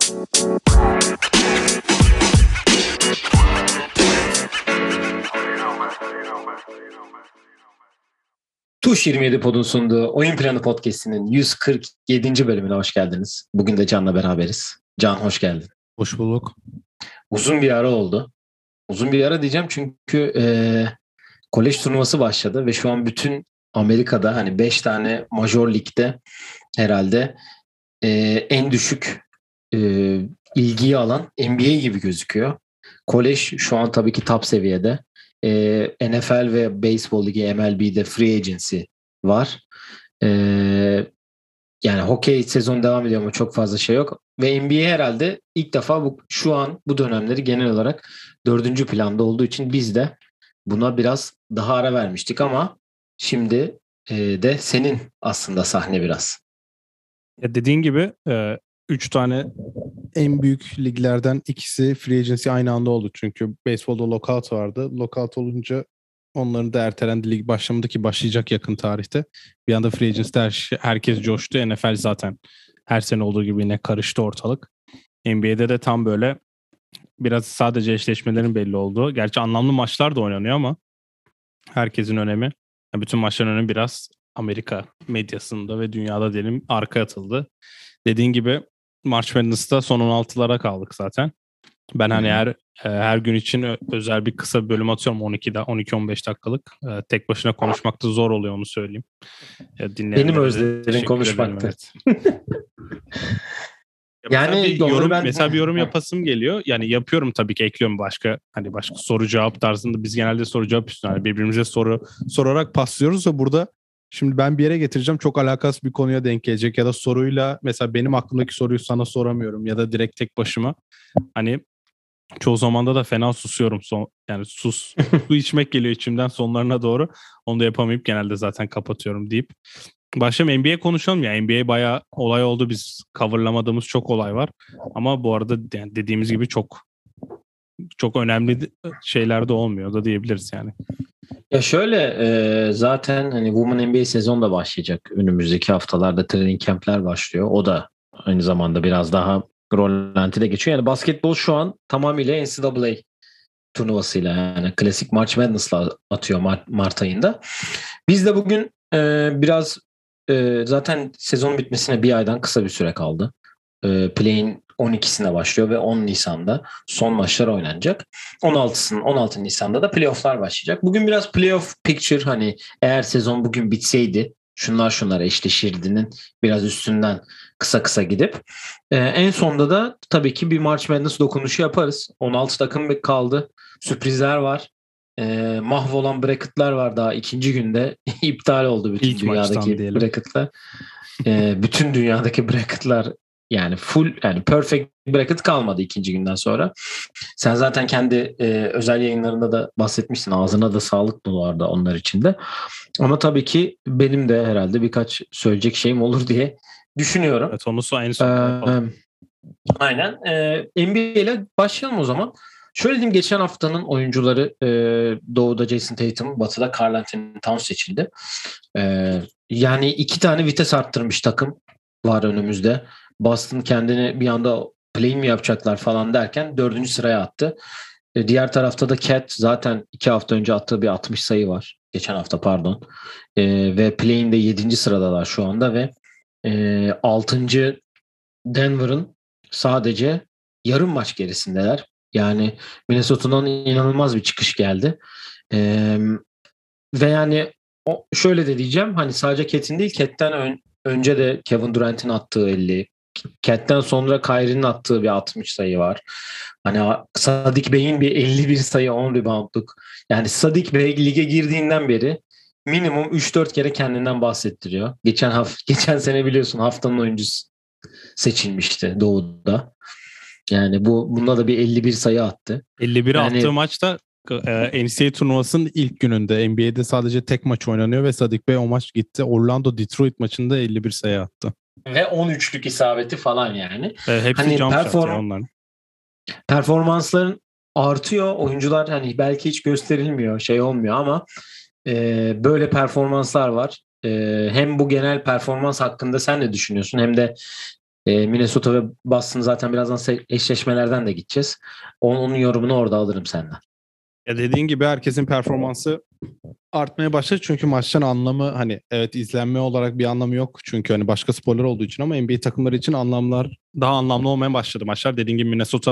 Tuş 27 Pod'un sunduğu Oyun Planı Podcast'inin 147. bölümüne hoş geldiniz. Bugün de Can'la beraberiz. Can, hoş geldin. Hoş bulduk. Uzun bir ara oldu. Uzun bir ara diyeceğim çünkü kolej turnuvası başladı ve şu an bütün Amerika'da hani 5 tane major ligde herhalde en düşük ilgiyi alan NBA gibi gözüküyor. Kolej şu an tabii ki top seviyede. NFL ve Baseball Ligi, MLB'de free agency var. Yani hokey sezonu devam ediyor ama çok fazla şey yok. Ve NBA herhalde ilk defa şu an bu dönemleri genel olarak 4. planda olduğu için biz de buna biraz daha ara vermiştik ama şimdi de senin aslında sahne biraz. Ya dediğin gibi 3 tane en büyük liglerden ikisi free agency aynı anda oldu. Çünkü beyzbolda lockout vardı. Lockout olunca onların da ertelendi, lig başlamadı ki başlayacak yakın tarihte. Bir anda free agency'de herkes coştu. NFL zaten her sene olduğu gibi yine karıştı ortalık. NBA'de de tam böyle biraz sadece eşleşmelerin belli olduğu. Gerçi anlamlı maçlar da oynanıyor ama herkesin önemi, bütün maçların önemi biraz Amerika medyasında ve dünyada diyelim arka atıldı. Dediğin gibi March Madness'ta son 16'lara kaldık zaten. Ben hani her gün için özel bir kısa bir bölüm atıyorum 12-15 dakikalık. Tek başına konuşmak da zor oluyor, onu söyleyeyim. Benim özlerin konuşmaktı. Evet. Yani mesela bir yorum yapasım geliyor. Yani yapıyorum tabii ki, ekliyorum başka soru cevap tarzında. Biz genelde soru cevap üstüne birbirimize soru sorarak paslıyoruz ve burada şimdi ben bir yere getireceğim, çok alakasız bir konuya denk gelecek ya da soruyla mesela benim aklımdaki soruyu sana soramıyorum ya da direkt tek başıma. Hani çoğu zamanda da fena susuyorum. Su içmek geliyor içimden sonlarına doğru. Onu da yapamayıp genelde zaten kapatıyorum deyip. Başlayalım, NBA konuşalım ya. NBA bayağı olay oldu. Biz coverlamadığımız çok olay var. Ama bu arada yani dediğimiz gibi çok çok önemli şeyler de olmuyor da diyebiliriz yani. Ya şöyle zaten hani Women NBA sezonu da başlayacak. Önümüzdeki haftalarda training camp'ler başlıyor. O da aynı zamanda biraz daha rolantide geçiyor. Yani basketbol şu an tamamıyla NCAA turnuvasıyla, yani klasik March Madness'la atıyor Mart ayında. Biz de bugün biraz zaten sezonun bitmesine bir aydan kısa bir süre kaldı. Play'in 12'sine başlıyor ve 10 Nisan'da son maçlar oynanacak. 16 Nisan'da da playoff'lar başlayacak. Bugün biraz playoff picture, hani eğer sezon bugün bitseydi şunlar eşleşirdinin biraz üstünden kısa gidip en sonda da tabii ki bir March Madness dokunuşu yaparız. 16 takım kaldı. Sürprizler var. Mahvolan bracket'lar var daha ikinci günde. iptal oldu bütün İlk dünyadaki bracket'lar. Bütün dünyadaki bracket'lar yani full, yani perfect bracket kalmadı ikinci günden sonra. Sen zaten kendi özel yayınlarında da bahsetmişsin. Ağzına da sağlık bu arada onlar için de. Ama tabii ki benim de herhalde birkaç söyleyecek şeyim olur diye düşünüyorum. Evet, onu en son yapalım. Aynen. NBA ile başlayalım o zaman. Şöyle diyeyim, geçen haftanın oyuncuları Doğu'da Jason Tatum, Batı'da Karl Anthony Towns seçildi. Yani 2 tane vites arttırmış takım var önümüzde. Boston kendini bir anda play mi yapacaklar falan derken 4. sıraya attı. Diğer tarafta da Cat zaten 2 hafta önce attığı bir 60 sayı var. Geçen hafta pardon. Ve play'in de 7. sıradalar şu anda ve 6. Denver'ın sadece yarım maç gerisindeler. Yani Minnesota'dan inanılmaz bir çıkış geldi. Ve yani şöyle de diyeceğim, hani sadece Cat'in değil, Cat'ten önce de Kevin Durant'in attığı 50, Cat'ten sonra Kyrie'nin attığı bir 60 sayı var. Hani Sadik Bey'in bir 51 sayı 10 reboundluk. Yani Sadik Bey lige girdiğinden beri minimum 3-4 kere kendinden bahsettiriyor. Geçen sene biliyorsun haftanın oyuncusu seçilmişti Doğu'da. Yani bunda da bir 51 sayı attı. 51 yani, attığı maçta NCAA turnuvasının ilk gününde. NBA'de sadece tek maç oynanıyor ve Sadik Bey o maç gitti. Orlando Detroit maçında 51 sayı attı. Ve 13'lük isabeti falan yani. Hepsi hani jump shot ya onların. Performansların artıyor. Oyuncular hani belki hiç gösterilmiyor, şey olmuyor ama böyle performanslar var. Hem bu genel performans hakkında sen ne düşünüyorsun, hem de Minnesota ve Boston zaten birazdan eşleşmelerden de gideceğiz. Onun yorumunu orada alırım senden. Ya dediğin gibi herkesin performansı artmaya başladı çünkü maçların anlamı hani evet izlenme olarak bir anlamı yok çünkü hani başka sporlar olduğu için ama NBA takımları için anlamlar daha anlamlı olmaya başladı maçlar. Dediğin gibi Minnesota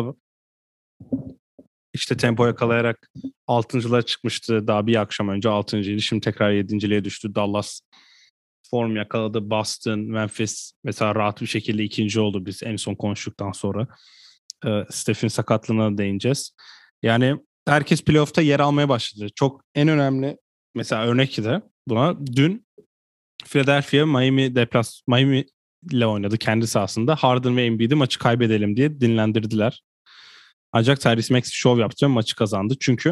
işte tempo yakalayarak 6.'lığa çıkmıştı daha bir akşam önce 6.'ydı. Şimdi tekrar 7.'liğe düştü. Dallas form yakaladı. Boston, Memphis mesela rahat bir şekilde 2. oldu biz en son konuştuktan sonra. Steph'in sakatlığına değineceğiz. Yani herkes playoff'ta yer almaya başladı. Çok en önemli mesela örnek de buna dün Philadelphia Miami ile oynadı kendi sahasında. Harden ve Embiid'i maçı kaybedelim diye dinlendirdiler. Ancak Tyrese Maxey şov yaptı ve maçı kazandı. Çünkü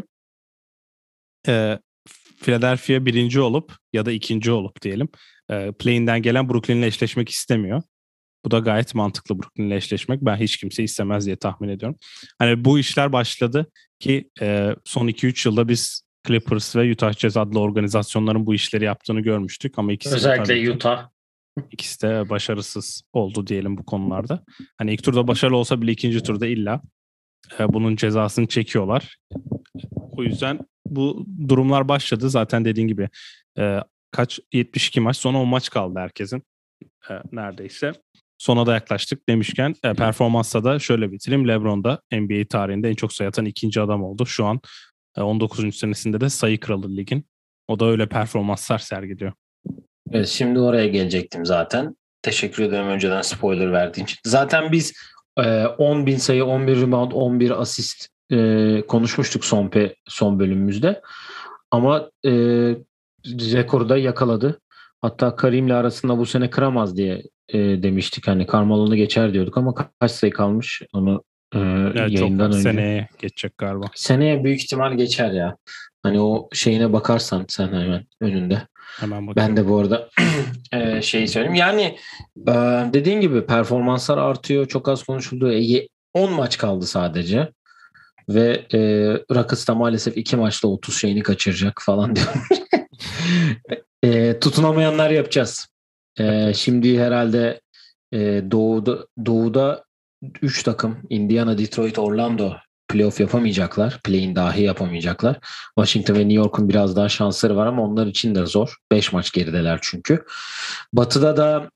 Philadelphia 1. olup ya da 2. olup diyelim play-in'den gelen Brooklyn'le eşleşmek istemiyor. Bu da gayet mantıklı Brooklyn'le eşleşmek. Ben hiç kimse istemez diye tahmin ediyorum. Hani bu işler başladı ki son 2-3 yılda biz Clippers ve Utah Jazz adlı organizasyonların bu işleri yaptığını görmüştük. Ama özellikle Utah. İkisi de başarısız oldu diyelim bu konularda. Hani ilk turda başarılı olsa bile ikinci turda illa bunun cezasını çekiyorlar. O yüzden bu durumlar başladı. Zaten dediğin gibi 72 maç sonra 10 maç kaldı herkesin neredeyse. Sona da yaklaştık demişken performansta da şöyle bitireyim. LeBron da NBA tarihinde en çok sayı atan 2. adam oldu. Şu an 19. senesinde de sayı kralı ligin. O da öyle performanslar sergiliyor. Evet, şimdi oraya gelecektim zaten. Teşekkür ederim önceden spoiler verdiğin için. Zaten biz 10.000 sayı, 11 rebound, 11 asist konuşmuştuk son bölümümüzde. Ama rekoru da yakaladı. Hatta Karim'le arasında bu sene kıramaz diye demiştik. Hani Carmelo'nu geçer diyorduk ama kaç sayı kalmış onu yayından önce. Seneye geçecek galiba. Seneye büyük ihtimal geçer ya. Hani o şeyine bakarsan sen hemen önünde. Hemen bakıyorum. Ben de bu arada şeyi söyleyeyim. Yani dediğin gibi performanslar artıyor. Çok az konuşuldu. 10 maç kaldı sadece. Ve Rockets da maalesef 2 maçta 30 şeyini kaçıracak falan diyor. Tutunamayanlar yapacağız. Şimdi herhalde Doğu'da 3 takım Indiana, Detroit, Orlando playoff yapamayacaklar. Play-in dahi yapamayacaklar. Washington ve New York'un biraz daha şansları var ama onlar için de zor. 5 maç gerideler çünkü. Batı'da da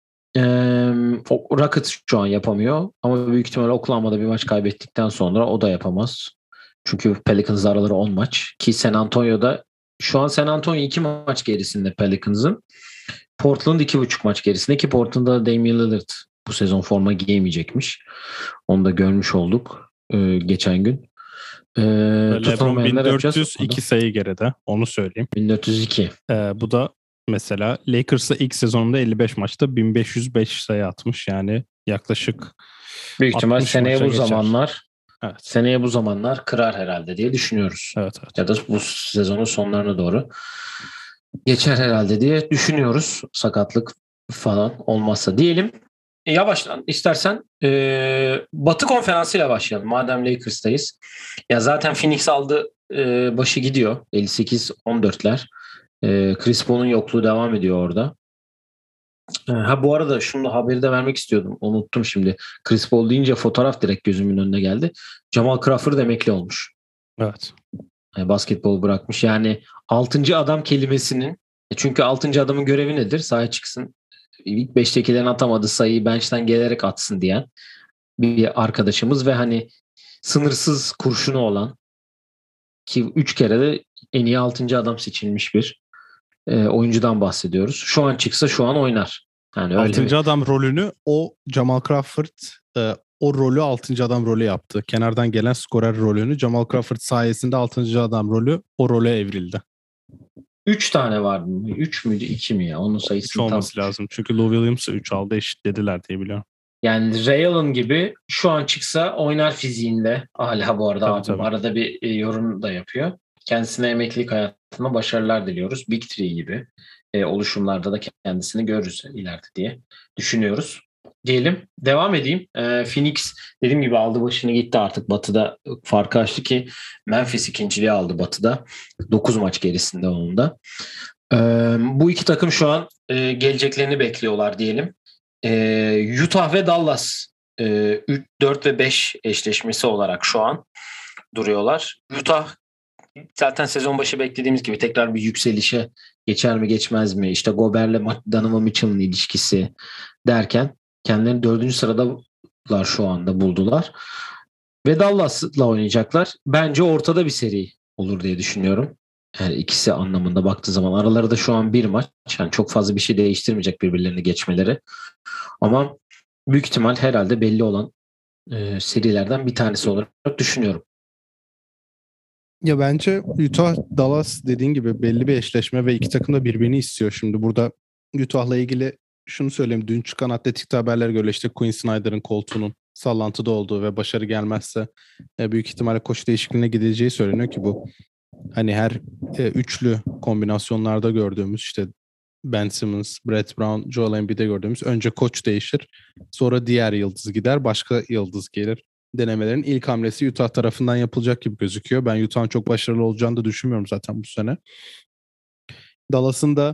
Rockets şu an yapamıyor. Ama büyük ihtimalle Oklahoma'da bir maç kaybettikten sonra o da yapamaz. Çünkü Pelicans araları 10 maç. Ki San Antonio'da şu an San Antonio 2 maç gerisinde Pelicans'ın. Portland 2,5 maç gerisinde ki Portland'da Damian Lillard bu sezon forma giyemeyecekmiş. Onu da görmüş olduk geçen gün. LeBron 1402 sayı geride. Onu söyleyeyim. 1402. Bu da mesela Lakers'a ilk sezonunda 55 maçta 1505 sayı atmış. Yani yaklaşık büyük ihtimal seneye bu zamanlar evet. Seneye bu zamanlar kırar herhalde diye düşünüyoruz. Evet. Ya da bu sezonun sonlarına doğru geçer herhalde diye düşünüyoruz. Sakatlık falan olmazsa diyelim. Yavaştan istersen Batı konferansıyla başlayalım. Madem Lakers'tayız. Ya zaten Phoenix aldı başı gidiyor. 58-14'ler. Chris Paul'un yokluğu devam ediyor orada. Bu arada şunu da haberi de vermek istiyordum. Unuttum şimdi. Chris Paul deyince fotoğraf direkt gözümün önüne geldi. Jamal Crawford emekli olmuş. Evet. Basketbol bırakmış. Yani 6. adam kelimesinin çünkü 6. adamın görevi nedir? Sahaya çıksın. İlk 5'tekilerin atamadığı sayıyı bench'ten gelerek atsın diyen bir arkadaşımız ve hani sınırsız kurşunu olan ki 3 kere de en iyi 6. adam seçilmiş bir oyuncudan bahsediyoruz. Şu an çıksa şu an oynar. Yani 6. adam rolünü o Jamal Crawford o rolü 6. adam rolü yaptı. Kenardan gelen skorer rolünü Jamal Crawford sayesinde 6. adam rolü o role evrildi. 3 tane vardı mı? 3 müydü? 2 mi ya? Onun sayısını olması lazım. Çünkü Lou Williams'ı 3 aldı eşitlediler diye biliyorum. Yani Ray Allen gibi şu an çıksa oynar fiziğinde. Hala bu arada tabii. Arada bir yorum da yapıyor. Kendisine emeklilik hayatında başarılar diliyoruz. Big Three gibi oluşumlarda da kendisini görürüz ileride diye düşünüyoruz. Diyelim. Devam edeyim. Phoenix dediğim gibi aldı başını gitti artık. Batı'da farkı açtı ki Memphis ikinciliği aldı Batı'da. 9 maç gerisinde onun da. Bu iki takım şu an geleceklerini bekliyorlar diyelim. Utah ve Dallas 4 ve 5 eşleşmesi olarak şu an duruyorlar. Utah zaten sezon başı beklediğimiz gibi tekrar bir yükselişe geçer mi geçmez mi? İşte Gobert'le Donovan Mitchell'ın ilişkisi derken kendilerini 4. sıradalar şu anda buldular. Ve Dallas'la oynayacaklar. Bence ortada bir seri olur diye düşünüyorum. Yani ikisi anlamında baktığı zaman araları da şu an bir maç. Yani çok fazla bir şey değiştirmeyecek birbirlerini geçmeleri. Ama büyük ihtimal herhalde belli olan serilerden bir tanesi olarak düşünüyorum. Ya bence Utah Dallas dediğin gibi belli bir eşleşme ve iki takım da birbirini istiyor. Şimdi burada Utah'la ilgili şunu söyleyeyim. Dün çıkan atletik haberlere göre işte Quinn Snyder'ın koltuğunun sallantıda olduğu ve başarı gelmezse büyük ihtimalle koç değişikliğine gideceği söyleniyor ki bu hani her üçlü kombinasyonlarda gördüğümüz işte Ben Simmons, Brett Brown, Joel Embiid'de gördüğümüz önce koç değişir, sonra diğer yıldız gider, başka yıldız gelir. Denemelerin ilk hamlesi Utah tarafından yapılacak gibi gözüküyor. Ben Utah'ın çok başarılı olacağını da düşünmüyorum zaten bu sene. Dallas'ın da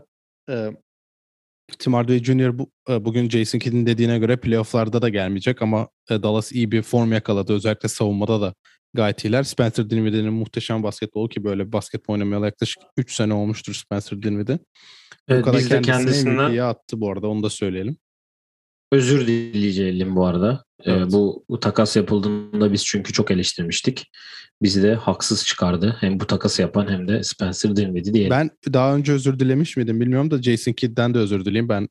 Tim Hardaway Jr. Bugün Jason Kidd'in dediğine göre playoff'larda da gelmeyecek ama Dallas iyi bir form yakaladı. Özellikle savunmada da gayet iyiler. Spencer Dinwiddie'nin muhteşem basketbolu ki böyle basketbol oynamayalı yaklaşık 3 sene olmuştur Spencer Dinwiddie. Evet, biz de kendisinden MVP'ye attı bu arada, onu da söyleyelim. Özür dileyeceğim bu arada. Evet. Bu takas yapıldığında biz çünkü çok eleştirmiştik. Bizi de haksız çıkardı. Hem bu takası yapan hem de Spencer Dinwiddie diyelim. Ben daha önce özür dilemiş miydim bilmiyorum da Jason Kidd'den de özür dileyim. Ben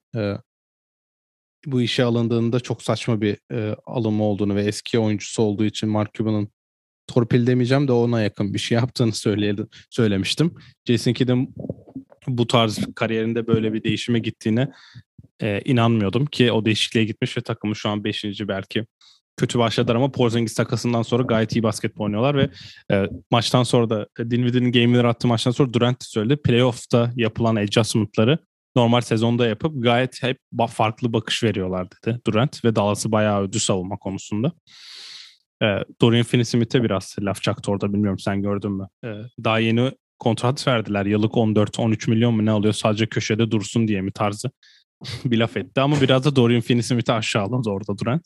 bu işe alındığında çok saçma bir alım olduğunu ve eski oyuncusu olduğu için Mark Cuban'ın torpil demeyeceğim de ona yakın bir şey yaptığını söylemiştim. Jason Kidd'in bu tarz kariyerinde böyle bir değişime gittiğine inanmıyordum ki o değişikliğe gitmiş ve takımı şu an 5. belki kötü başladılar ama Porzingis takasından sonra gayet iyi basketbol oynuyorlar ve maçtan sonra da Dinwiddie'nin game winner attığı maçtan sonra Durant söyledi. Playoff'ta yapılan adjustment'ları normal sezonda yapıp gayet hep farklı bakış veriyorlar dedi Durant ve Dallas'ı bayağı ödü savunma konusunda. Dorian Finney-Smith'e biraz laf çaktı orada, bilmiyorum sen gördün mü? Daha yeni kontrat verdiler. Yıllık 14-13 milyon mu ne alıyor, sadece köşede dursun diye mi tarzı bir laf etti ama biraz da Dorian Finney-Smith'i aşağıladı orada Durant.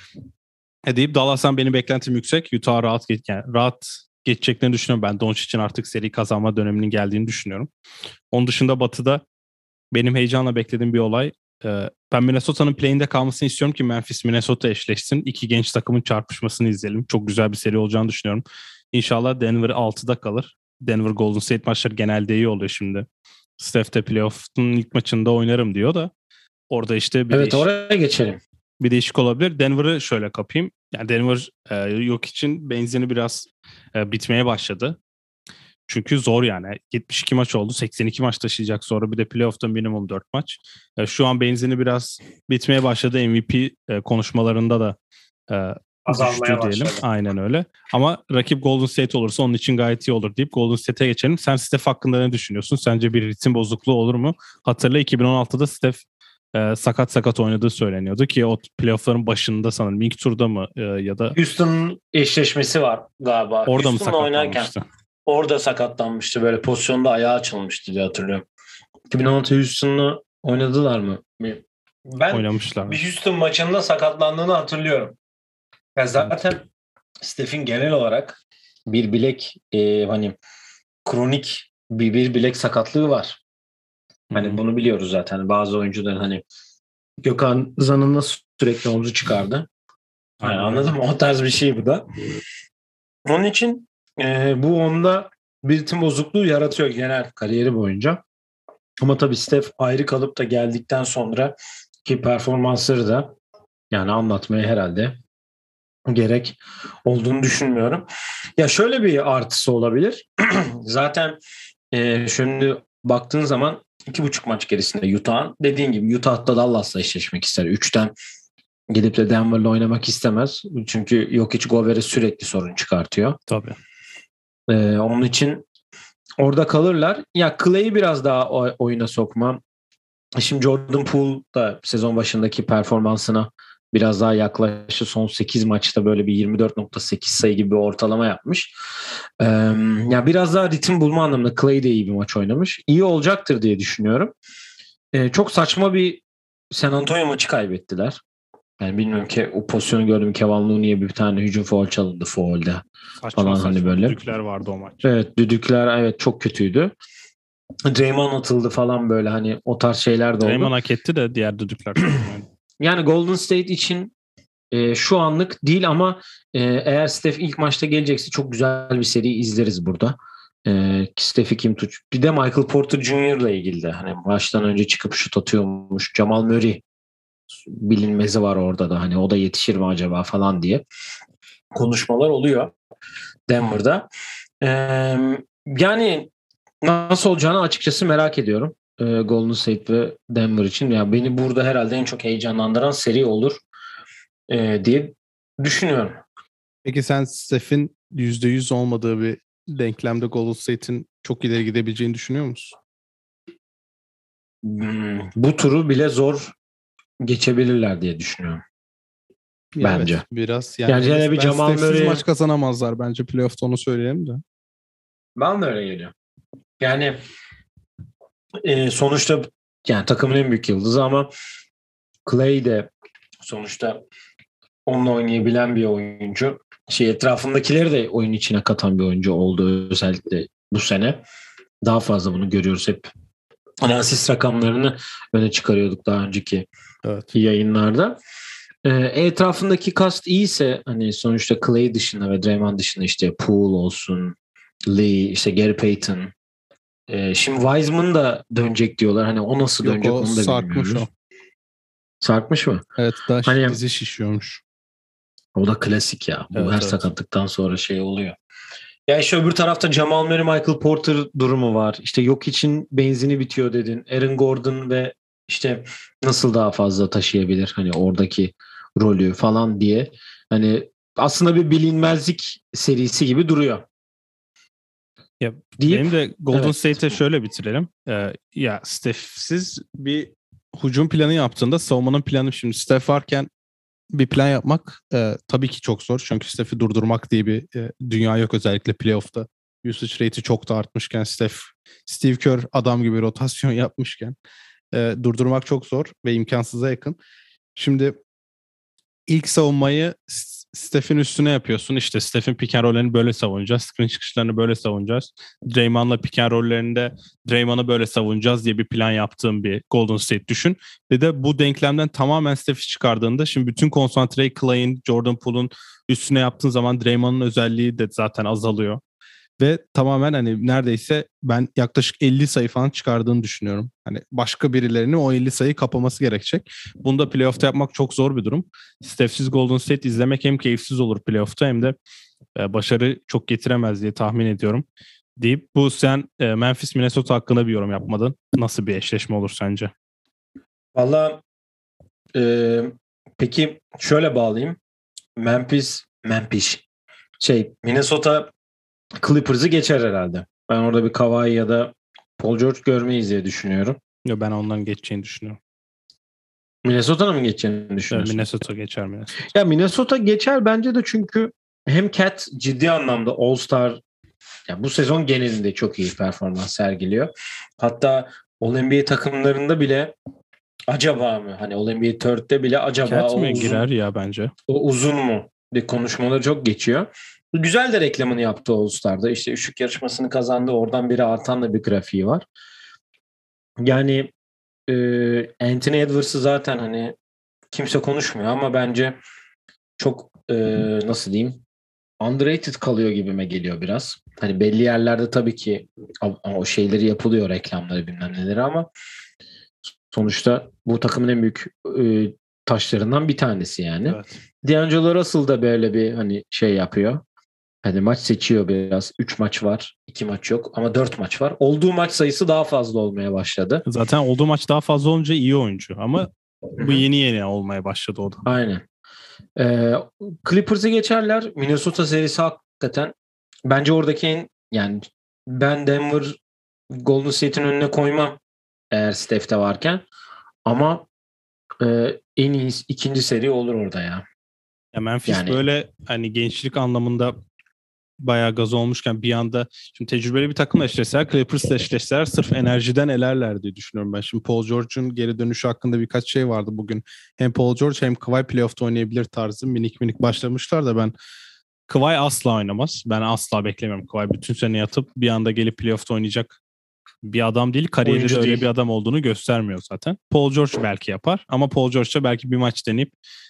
Deyip Dallas'tan benim beklentim yüksek. Utah rahat geçeceklerini düşünüyorum. Ben Doncic'in artık seri kazanma döneminin geldiğini düşünüyorum. Onun dışında Batı'da benim heyecanla beklediğim bir olay. Ben Minnesota'nın play'inde kalmasını istiyorum ki Memphis Minnesota eşleşsin. İki genç takımın çarpışmasını izleyelim. Çok güzel bir seri olacağını düşünüyorum. İnşallah Denver 6'da kalır. Denver Golden State maçları genelde iyi oluyor şimdi. Steph de playoff'un ilk maçında oynarım diyor da orada işte oraya geçelim. Bir değişik olabilir. Denver'ı şöyle kapayım. Yani Denver yok için benzini biraz bitmeye başladı. Çünkü zor yani. 72 maç oldu. 82 maç taşıyacak sonra. Bir de playoff'ta minimum 4 maç. Şu an benzini biraz bitmeye başladı. MVP konuşmalarında da azalmaya düştü diyelim. başladı. Aynen öyle. Ama rakip Golden State olursa onun için gayet iyi olur deyip Golden State'e geçelim. Sen Steph hakkında ne düşünüyorsun? Sence bir ritim bozukluğu olur mu? Hatırla 2016'da Steph sakat oynadığı söyleniyordu ki o playoff'ların başında sanırım ilk turda mı ya da Houston'un eşleşmesi var galiba. Orada Houston'la mı oynarken orada sakatlanmıştı, böyle pozisyonda ayağı açılmıştı diye hatırlıyorum. 2016 Houston'la oynadılar mı? Ben oynamışlar. Bir Houston maçında sakatlandığını hatırlıyorum. Ya zaten Steph'in genel olarak bir bilek hani kronik bir bilek sakatlığı var. Hani bunu biliyoruz zaten. Bazı oyuncuların hani Gökhan Zan'ın nasıl sürekli omzu çıkardı. Yani anladın mı? O tarz bir şey bu da. Onun için bu onda bir ritim bozukluğu yaratıyor genel kariyeri boyunca. Ama tabii Steph ayrı kalıp da geldikten sonra ki performansları da yani anlatmaya herhalde gerek olduğunu düşünmüyorum. Ya şöyle bir artısı olabilir. Zaten şimdi baktığın zaman 2,5 maç gerisinde Utah'ın. Dediğin gibi Utah'da Dallas'la eşleşmek ister. 3'ten gidip de Denver'la oynamak istemez. Çünkü Jokic Gobert'e sürekli sorun çıkartıyor. Tabii. Onun için orada kalırlar. Ya Clay'i biraz daha oyuna sokma. Şimdi Jordan Poole da sezon başındaki performansına biraz daha yaklaştı. Son 8 maçta böyle bir 24.8 sayı gibi bir ortalama yapmış. Ya biraz daha ritim bulma anlamında Clay de iyi bir maç oynamış. İyi olacaktır diye düşünüyorum. Çok saçma bir San Antonio maçı kaybettiler. Yani bilmiyorum ki o pozisyonu gördüm. Kevin Looney'e bir tane hücum faul çalındı faulde Saçma falan hani böyle. düdükler vardı o maç. Evet, düdükler evet çok kötüydü. Draymond atıldı falan böyle hani o tarz şeyler de oldu. Draymond hak etti de diğer düdükler çalınmadı. Yani Golden State için şu anlık değil ama eğer Steph ilk maçta gelecekse çok güzel bir seri izleriz burada. Steph'i kim tut? Bir de Michael Porter Jr. ile ilgili de hani maçtan önce çıkıp şut atıyormuş. Jamal Murray bilinmezi var orada da hani o da yetişir mi acaba falan diye konuşmalar oluyor Denver'da. Yani nasıl olacağını açıkçası merak ediyorum. Golden State ve Denver için. Yani beni burada herhalde en çok heyecanlandıran seri olur diye düşünüyorum. Peki sen Steph'in %100 olmadığı bir denklemde Golden State'in çok ileri gidebileceğini düşünüyor musun? Bu turu bile zor geçebilirler diye düşünüyorum. Bence. Evet, biraz Yani en bir ben Jamal Steph'siz Murray maç kazanamazlar bence playoff'ta, onu söyleyelim de. ben de öyle geliyor. Yani sonuçta yani takımın en büyük yıldızı ama Clay de sonuçta onunla oynayabilen bir oyuncu. Etrafındakileri de oyun içine katan bir oyuncu oldu özellikle bu sene. Daha fazla bunu görüyoruz hep. Asist rakamlarını öne çıkarıyorduk daha önceki yayınlarda. Etrafındaki kast iyiyse hani sonuçta Clay dışında ve Draymond dışında işte Poole olsun, Lee, işte Gary Payton. Şimdi Wiseman da dönecek diyorlar. Hani o nasıl Yok, dönecek o onu da sarkmış bilmiyoruz. o. Sarkmış mı? Evet, Hani dizi şişiyormuş. o da klasik ya. Bu her Evet. sakatlıktan sonra oluyor. Ya işte öbür tarafta Jamal Murray, Michael Porter durumu var. İşte yok için benzini bitiyor dedin. Aaron Gordon ve işte nasıl daha fazla taşıyabilir hani oradaki rolü falan diye. Hani aslında bir bilinmezlik serisi gibi duruyor. Ya Deyip, benim de Golden evet. State'e şöyle bitirelim. Ya Steph'siz bir hücum planı yaptığında savunmanın planı, şimdi Steph varken bir plan yapmak tabii ki çok zor. Çünkü Steph'i durdurmak diye bir dünya yok, özellikle playoff'ta. Usage rate'i çok da artmışken, Steve Kerr adam gibi rotasyon yapmışken durdurmak çok zor ve imkansıza yakın. Şimdi ilk savunmayı Steph'in üstüne yapıyorsun. İşte Steph'in pick and roll'lerini böyle savunacağız. Screen çıkışlarını böyle savunacağız. Draymond'la pick and roll'lerinde Draymond'ı böyle savunacağız diye bir plan yaptığım bir Golden State düşün. Ve de bu denklemden tamamen Steph'i çıkardığında şimdi bütün konsantreyi Clay'in, Jordan Poole'un üstüne yaptığın zaman Draymond'ın özelliği de zaten azalıyor. Ve tamamen hani neredeyse ben yaklaşık 50 sayı falan çıkardığını düşünüyorum. Hani başka birilerinin o 50 sayı kapaması gerekecek. Bunu da playoff'ta yapmak çok zor bir durum. Steph'siz Golden State izlemek hem keyifsiz olur playoff'ta hem de başarı çok getiremez diye tahmin ediyorum. Deyip bu sen Memphis Minnesota hakkında bir yorum yapmadın. Nasıl bir eşleşme olur sence? Valla peki şöyle bağlayayım. Memphis Minnesota Clippers'ı geçer herhalde. Ben orada bir Kawhi ya da Paul George görmeyiz diye düşünüyorum. Yo, ben ondan geçeceğini düşünüyorum. Minnesota'nın mı geçeceğini Evet, düşünüyorsun? Minnesota geçer Minnesota. Ya Minnesota geçer bence de çünkü hem Cat ciddi anlamda All-Star bu sezon genelinde çok iyi performans sergiliyor. Hatta All-NBA takımlarında bile acaba mı? Hani All-NBA Third'de bile acaba Cat o mi uzun girer ya bence? o uzun mu diye konuşmaları çok geçiyor. Güzel de reklamını yaptı All-Star'da. İşte üçlük yarışmasını kazandı. Oradan biri artan da bir grafiği var. Yani Anthony Edwards'ı zaten hani kimse konuşmuyor ama bence çok nasıl diyeyim underrated kalıyor gibime geliyor biraz. Hani belli yerlerde tabii ki o şeyleri yapılıyor, reklamları bilmem neleri ama sonuçta bu takımın en büyük taşlarından bir tanesi yani. Evet. D'Angelo Russell da böyle bir hani yapıyor. Hani maç seçiyor biraz. 3 maç var, 2 maç yok ama 4 maç var. Olduğu maç sayısı daha fazla olmaya başladı. Zaten olduğu maç daha fazla olunca iyi oyuncu ama bu yeni olmaya başladı o da. Aynen. Clippers'ı geçerler. Minnesota serisi hakikaten bence oradaki yani ben Denver Golden State'in önüne koymam eğer Steph'te varken ama en iyi ikinci seri olur orada ya. Ya Memphis Yani böyle hani gençlik anlamında bayağı gaz olmuşken bir anda şimdi tecrübeli bir takımla eşleşseler, Clippers'la eşleşseler sırf enerjiden elerler diye düşünüyorum ben. Şimdi Paul George'un geri dönüşü hakkında birkaç şey vardı bugün. Hem Paul George hem Kawhi playoff'ta oynayabilir tarzı minik minik başlamışlar da ben Kawhi asla oynamaz. Ben asla beklemiyorum Kawhi bütün sene yatıp bir anda gelip playoff'ta oynayacak bir adam değil. Kariyeri de Oyuncu öyle değil. bir adam olduğunu göstermiyor zaten. Paul George belki yapar ama Paul George'da belki bir maç deneyip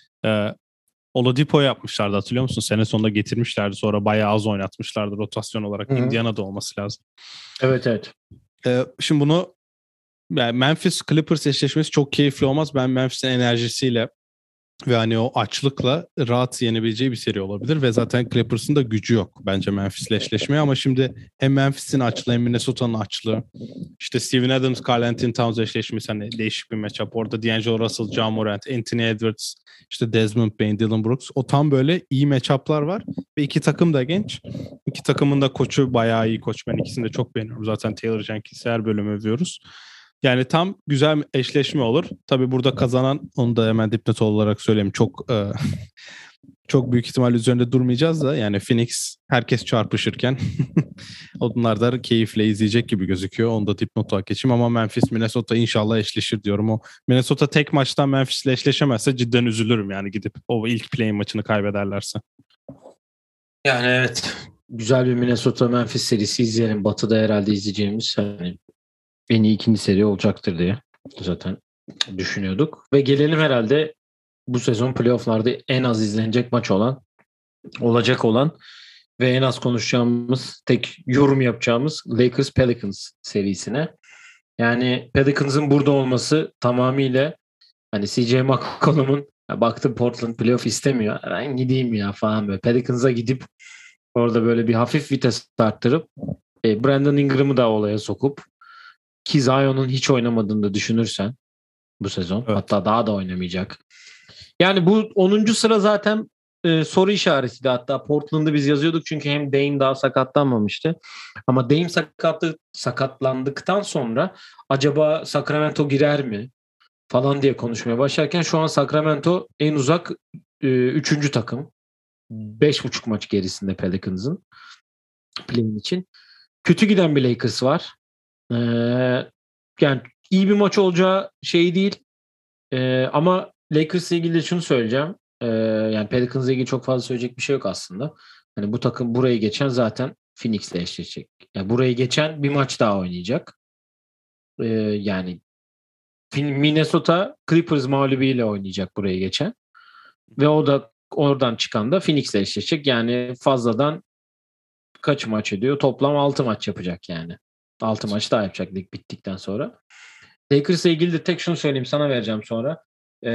Oladipo yapmışlardı, hatırlıyor musun? Sene sonunda getirmişlerdi, sonra bayağı az oynatmışlardı rotasyon olarak. Hı-hı. Indiana'da olması lazım. Evet. Şimdi bunu yani Memphis Clippers eşleşmesi çok keyifli olmaz. Ben Memphis'in enerjisiyle ve hani o açlıkla rahat yenebileceği bir seri olabilir ve zaten Clippers'ın da gücü yok bence Memphis'le eşleşmeye, ama şimdi hem Memphis'in açlığı hem Minnesota'nın açlığı, işte Steven Adams, Karl-Anthony Towns eşleşmesi hani değişik bir matchup. Orada D'Angelo Russell, Ja Morant, Anthony Edwards, işte Desmond Bane, Dillon Brooks. O tam böyle iyi matchup'lar var ve iki takım da genç. İki takımın da koçu bayağı iyi koç. Ben ikisini de çok beğeniyorum. Zaten Taylor Jenkins'i her bölüm övüyoruz. Yani tam güzel eşleşme olur. Tabii burada kazanan, onu da hemen dipnot olarak söyleyeyim. Çok büyük ihtimal üzerinde durmayacağız da yani Phoenix herkes çarpışırken onlar da keyifle izleyecek gibi gözüküyor. Onu da dipnot olarak geçeyim ama Memphis Minnesota inşallah eşleşir diyorum. O Minnesota tek maçtan Memphis'le eşleşemezse cidden üzülürüm yani, gidip o ilk play-in maçını kaybederlerse. Yani evet, güzel bir Minnesota Memphis serisi izleyelim. Batı'da herhalde izleyeceğimiz hani en iyi ikinci seri olacaktır diye zaten düşünüyorduk. Ve gelelim herhalde bu sezon playoff'larda en az izlenecek maç olacak olan ve en az konuşacağımız, tek yorum yapacağımız Lakers Pelicans serisine. Yani Pelicans'ın burada olması tamamıyla hani CJ McCollum'un baktım Portland playoff istemiyor, ben gideyim ya falan böyle. Pelicans'a gidip orada böyle bir hafif vites arttırıp Brandon Ingram'ı da olaya sokup, ki Zion'un hiç oynamadığını da düşünürsen bu sezon, Evet. hatta daha da oynamayacak. Yani bu 10. sıra zaten soru işaretiydi. Hatta Portland'ı biz yazıyorduk çünkü hem Dame daha sakatlanmamıştı. Ama Dame sakatlandıktan sonra acaba Sacramento girer mi falan diye konuşmaya başlarken şu an Sacramento en uzak 3. takım. 5,5 maç gerisinde Pelicans'ın play-in için. Kötü giden bir Lakers var. Yani iyi bir maç olacağı şey değil. Ama Lakers'la ilgili de şunu söyleyeceğim. Yani Pelicans'la ilgili çok fazla söyleyecek bir şey yok aslında. Hani bu takım burayı geçen zaten Phoenix'le eşleşecek. Yani burayı geçen bir maç daha oynayacak. Yani Minnesota Clippers mağlubiyle oynayacak burayı geçen. Ve o da oradan çıkan da Phoenix'le eşleşecek. Yani fazladan kaç maç ediyor? Toplam 6 maç yapacak yani. 6 maç daha yapacak lig bittikten sonra. Lakers'la ilgili de tek şunu söyleyeyim, sana vereceğim sonra.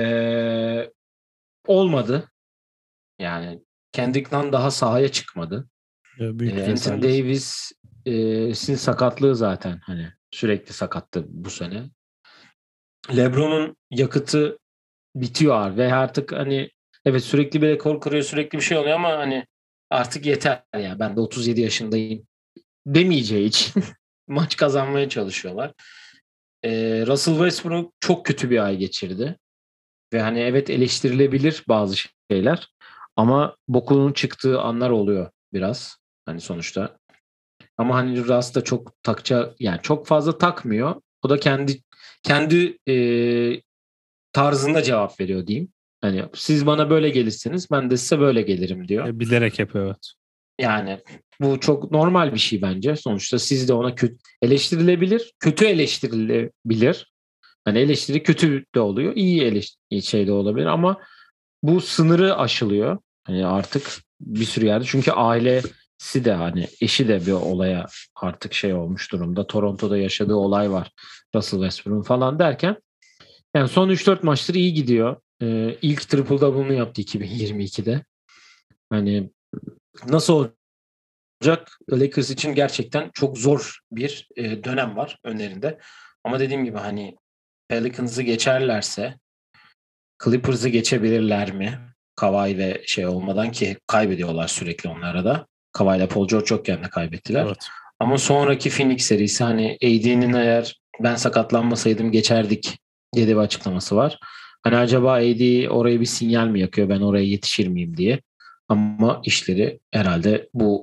Olmadı. Yani Kendrick'ten daha sahaya çıkmadı. Büyük Anthony Davis'in sakatlığı zaten hani sürekli sakattı bu sene. LeBron'un yakıtı bitiyor ve artık hani evet sürekli bir rekor kırıyor, sürekli bir şey oluyor ama hani artık yeter ya, ben de 37 yaşındayım demeyeceği için maç kazanmaya çalışıyorlar. Russell Westbrook çok kötü bir ay geçirdi. Ve hani evet eleştirilebilir bazı şeyler ama bokunun çıktığı anlar oluyor biraz hani sonuçta. Ama hani Russ da çok yani çok fazla takmıyor. O da kendi tarzında cevap veriyor diyeyim. Hani siz bana böyle gelirsiniz, ben de size böyle gelirim diyor. Bilerek yapıyor, evet. Yani bu çok normal bir şey bence. Sonuçta siz de ona eleştirilebilir, kötü eleştirilebilir. Hani eleştiri kötü de oluyor, iyi eleştiri şey de olabilir ama bu sınırı aşılıyor. Hani artık bir sürü yerde, çünkü ailesi de hani eşi de bir olaya artık şey olmuş durumda. Toronto'da yaşadığı olay var. Russell Westbrook falan derken yani son 3-4 maçtır iyi gidiyor. İlk triple double'ını yaptı 2022'de. Hani nasıl olacak? Lakers için gerçekten çok zor bir dönem var önlerinde. Ama dediğim gibi hani Pelicans'ı geçerlerse Clippers'ı geçebilirler mi? Kawhi ve şey olmadan, ki kaybediyorlar sürekli onlara da. Kawhi ile Paul George yokken de kaybettiler. Evet. Ama sonraki Phoenix serisi hani AD'nin eğer ben sakatlanmasaydım geçerdik diye bir açıklaması var. Hani acaba AD oraya bir sinyal mi yakıyor, ben oraya yetişir miyim diye. Ama işleri herhalde bu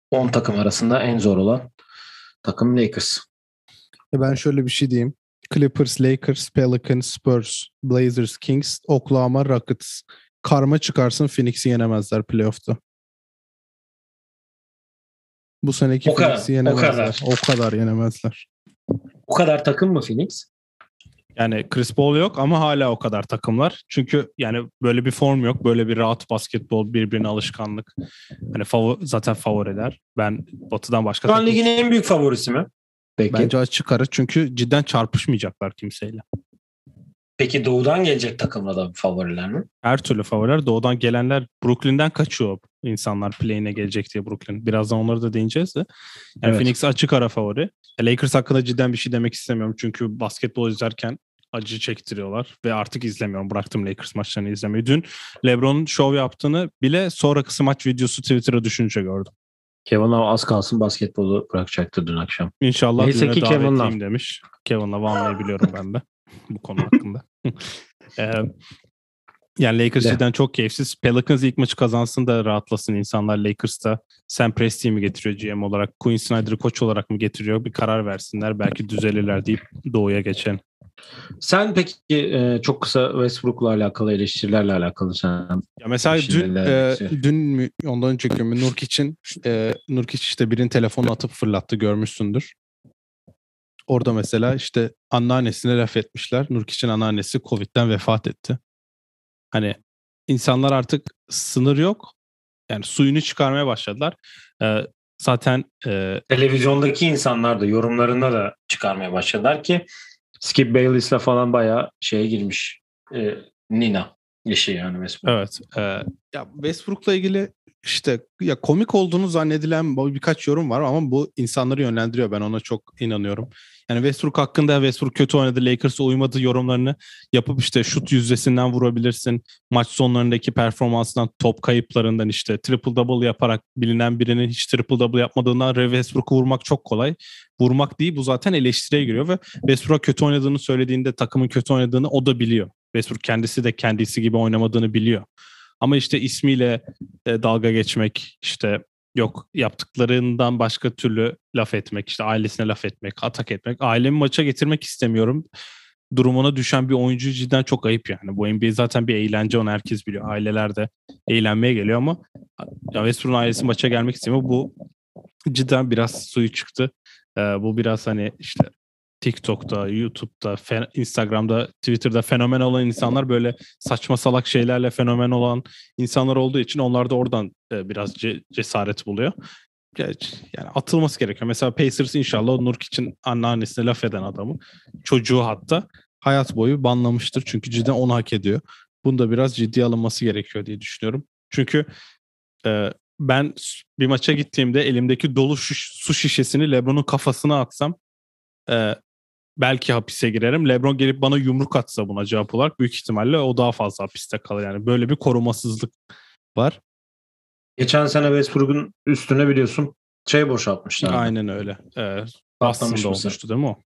10 takım arasında en zor olan takım Lakers. Ben şöyle bir şey diyeyim. Clippers, Lakers, Pelicans, Spurs, Blazers, Kings, Oklahoma, Rockets. Karma çıkarsın, Phoenix'i yenemezler playoff'ta. Bu seneki O kadar. Phoenix'i yenemezler. O kadar yenemezler. O kadar takım mı Phoenix? Yani Chris Paul yok ama hala o kadar takımlar. Çünkü yani böyle bir form yok. Böyle bir rahat basketbol, birbirine alışkanlık. Hani zaten favoriler. Ben Batı'dan başka Şu an ligin en büyük favorisi mi? Peki. Bence açık ara, çünkü cidden çarpışmayacaklar kimseyle. Peki Doğu'dan gelecek takımla da favoriler mi? Her türlü favoriler. Doğudan gelenler Brooklyn'den kaçıyor insanlar play'ine gelecek diye Brooklyn. Birazdan onları da değineceğiz de. Yani evet. Phoenix açık ara favori. Lakers hakkında cidden bir şey demek istemiyorum. Çünkü basketbol izlerken acı çektiriyorlar ve artık izlemiyorum. Bıraktım Lakers maçlarını izlemeyi. Dün LeBron'un şov yaptığını bile sonraki maç videosu Twitter'a düşünce gördüm. Kevin Love az kalsın basketbolu bırakacaktı dün akşam. İnşallah düğüne davetliyim demiş. Kevin Love'ı anlayabiliyorum ben de bu konu hakkında. Yani Lakers cidden çok keyifsiz. Pelicans ilk maçı kazansın da rahatlasın insanlar. Lakers'ta Sam Presti'yi mi getiriyor GM olarak, Quinn Snyder'ı koç olarak mı getiriyor? Bir karar versinler. Belki düzelirler deyip Doğu'ya geçelim. Sen peki çok kısa Westbrook'la alakalı eleştirilerle alakalı sen... Ya mesela dün mü ondan önceki gün mü Nurkic işte birinin telefonu atıp fırlattı, görmüşsündür. Orada mesela işte anneannesine laf etmişler. Nurkic'in anneannesi Covid'den vefat etti. Hani insanlar artık sınır yok. Yani suyunu çıkarmaya başladılar. Zaten televizyondaki insanlar da yorumlarında da çıkarmaya başladılar ki Skip Bayless'la falan bayağı şeye girmiş. Nina işi yani Westbrook. Evet. Ya Westbrook'la ilgili işte ya komik olduğunu zannedilen birkaç yorum var ama bu insanları yönlendiriyor. Ben ona çok inanıyorum. Yani Westbrook hakkında Westbrook kötü oynadı, Lakers'a uymadı yorumlarını yapıp işte şut yüzdesinden vurabilirsin. Maç sonlarındaki performansından, top kayıplarından işte triple double yaparak bilinen birinin hiç triple double yapmadığından Westbrook'u vurmak çok kolay. Vurmak değil, bu zaten eleştiriye giriyor ve Westbrook kötü oynadığını söylediğinde takımın kötü oynadığını o da biliyor. Westbrook kendisi de kendisi gibi oynamadığını biliyor. Ama işte ismiyle dalga geçmek, işte yok yaptıklarından başka türlü laf etmek, işte ailesine laf etmek, atak etmek. Ailemi maça getirmek istemiyorum durumuna düşen bir oyuncu cidden çok ayıp yani. Bu NBA zaten bir eğlence, onu herkes biliyor. Aileler de eğlenmeye geliyor ama Westbrook'un ailesi maça gelmek istemiyor. Bu cidden biraz suyu çıktı. Bu biraz hani işte TikTok'ta, YouTube'da, Instagram'da, Twitter'da fenomen olan insanlar böyle saçma salak şeylerle fenomen olan insanlar olduğu için onlar da oradan biraz cesaret buluyor. Yani atılması gerekiyor. Mesela Pacers inşallah Nurkic'in anneannesine laf eden adamı, çocuğu hatta hayat boyu banlamıştır. Çünkü cidden onu hak ediyor. Bunu da biraz ciddiye alınması gerekiyor diye düşünüyorum. Çünkü ben bir maça gittiğimde elimdeki dolu su şişesini LeBron'un kafasına atsam belki hapise girerim. LeBron gelip bana yumruk atsa buna cevap olarak büyük ihtimalle o daha fazla hapiste kalır. Yani böyle bir korumasızlık var. Geçen sene Westbrook'un üstüne biliyorsun boşaltmışlar. Aynen öyle. Boston'da olmuştu değil mi o?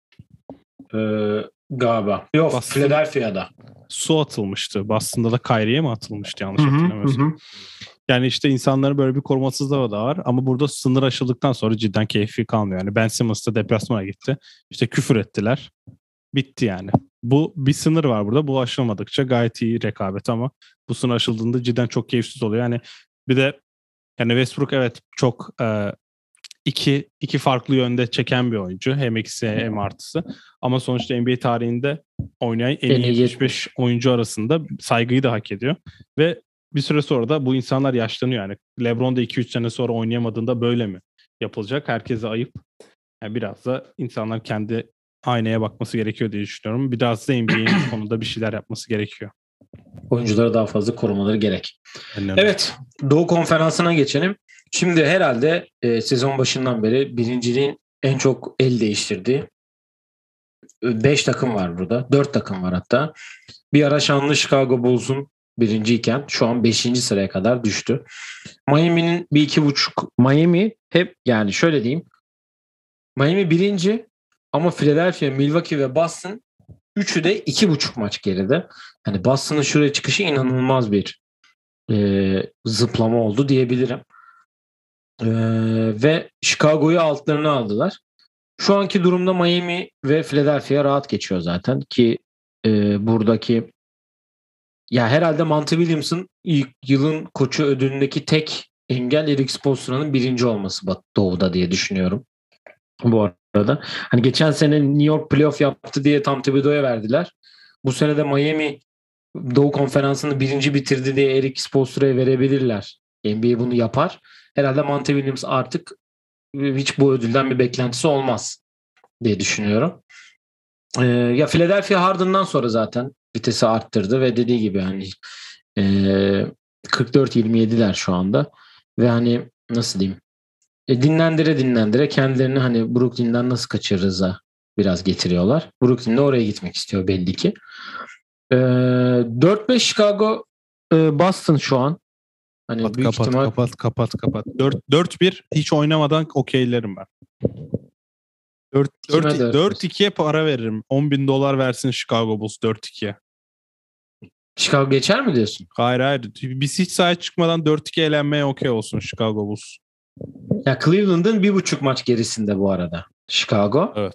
Galiba. Yok, Philadelphia'da. Su atılmıştı. Boston'da da Kyrie'ye mi atılmıştı yanlış hatırlamıyorsam. Yani işte insanların böyle bir korumasızlığı da var. Ama burada sınır aşıldıktan sonra cidden keyfi kalmıyor. Yani Ben Simmons da deplasmana gitti. İşte küfür ettiler. Bitti yani. Bu bir sınır var burada. Bu aşılmadıkça gayet iyi rekabet ama bu sınır aşıldığında cidden çok keyifsiz oluyor. Yani bir de yani Westbrook evet çok iki farklı yönde çeken bir oyuncu. Hem eksi hem artısı. Ama sonuçta NBA tarihinde oynayan en iyi 75 oyuncu arasında saygıyı da hak ediyor. Ve bir süre sonra da bu insanlar yaşlanıyor. Yani LeBron da 2-3 sene sonra oynayamadığında böyle mi yapılacak? Herkese ayıp. Yani biraz da insanlar kendi aynaya bakması gerekiyor diye düşünüyorum. Biraz da NBA'nin konuda bir şeyler yapması gerekiyor. Oyunculara daha fazla korumaları gerek. Evet, Doğu Konferansı'na geçelim. Şimdi herhalde sezon başından beri birinciliğin en çok el değiştirdiği 5 takım var burada. 4 takım var hatta. Bir ara şanlı Chicago Bulls'un birinciyken şu an 5. sıraya kadar düştü. Miami'nin bir 2,5 Miami hep yani şöyle diyeyim. Miami birinci ama Philadelphia, Milwaukee ve Boston üçü de 2,5 maç geride. Yani Boston'ın şuraya çıkışı inanılmaz bir zıplama oldu diyebilirim. Ve Chicago'yu altlarına aldılar. Şu anki durumda Miami ve Philadelphia rahat geçiyor zaten ki buradaki ya herhalde Monty Williams'ın ilk yılın koçu ödülündeki tek engel Erik Spoelstra'nın birinci olması Doğu'da diye düşünüyorum. Bu arada. Hani geçen sene New York playoff yaptı diye Tom Thibodeau'ya verdiler. Bu sene de Miami Doğu Konferansı'nı birinci bitirdi diye Erik Spoelstra'ya verebilirler. NBA bunu yapar. Herhalde Monty Williams artık hiç bu ödülden bir beklentisi olmaz diye düşünüyorum. Ya Philadelphia Harden'dan sonra zaten vitesi arttırdı ve dediği gibi hani 44-27'ler şu anda ve hani nasıl diyeyim dinlendire kendilerini hani Brooklyn'den nasıl kaçırırız'a biraz getiriyorlar. Brooklyn de oraya gitmek istiyor belli ki. 4-5 Chicago Boston şu an. Hani büyük ihtimal... Kapat. 4-1 hiç oynamadan okeylerim ben. 4-2'ye para veririm. $10,000 versin Chicago Bulls 4-2'ye. Chicago geçer mi diyorsun? Hayır. Biz hiç sahaya çıkmadan 4-2 elenmeye okey olsun Chicago Bulls. Ya Cleveland'ın 1,5 maç gerisinde bu arada Chicago. Evet.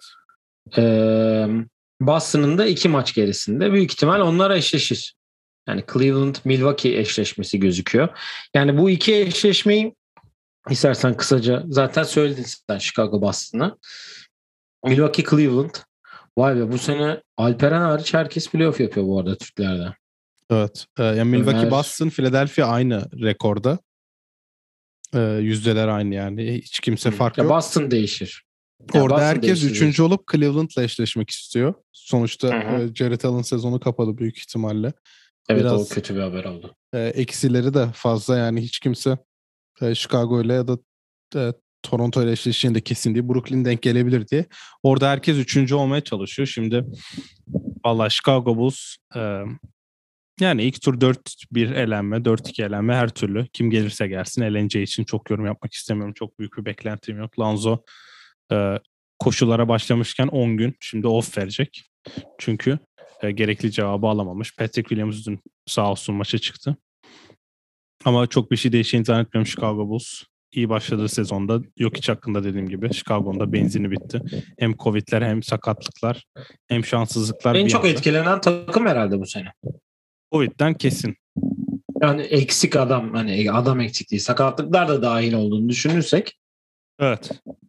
Boston'ın da 2 maç gerisinde. Büyük ihtimal onlar eşleşir. Yani Cleveland-Milwaukee eşleşmesi gözüküyor. Yani bu iki eşleşmeyi istersen kısaca zaten söyledin sen Chicago Boston'a. Milwaukee-Cleveland. Vay be bu sene Alperen hariç herkes playoff yapıyor bu arada Türklerden. Evet. Yani Milwaukee, Boston, Philadelphia aynı rekorda. Yüzdeler aynı yani. Hiç kimse fark yok. Boston değişir. Orada Boston herkes üçüncü olup Cleveland'la eşleşmek istiyor. Sonuçta Jared Allen sezonu kapalı büyük ihtimalle. Evet biraz, o kötü bir haber oldu. Eksileri de fazla yani hiç kimse Chicago ile ya da Toronto ile eşleştiğinde kesin değil. Brooklyn denk gelebilir diye. Orada herkes üçüncü olmaya çalışıyor. Şimdi vallahi Chicago Bulls yani ilk tur 4-1 elenme, 4-2 elenme her türlü. Kim gelirse gelsin eleneceği için çok yorum yapmak istemiyorum. Çok büyük bir beklentim yok. Lonzo koşulara başlamışken 10 gün şimdi off verecek. Çünkü gerekli cevabı alamamış. Patrick Williams dün sağ olsun maça çıktı. Ama çok bir şey değişeceğini zannetmiyorum Chicago Bulls. İyi başladığı sezonda Jokic hakkında dediğim gibi Chicago'nun da benzini bitti. Hem Covid'ler hem sakatlıklar hem şanssızlıklar. En çok etkilenen takım herhalde bu sene. Covid'den kesin. Yani eksik adam hani adam eksikliği sakatlıklar da dahil olduğunu düşünürsek. Evet.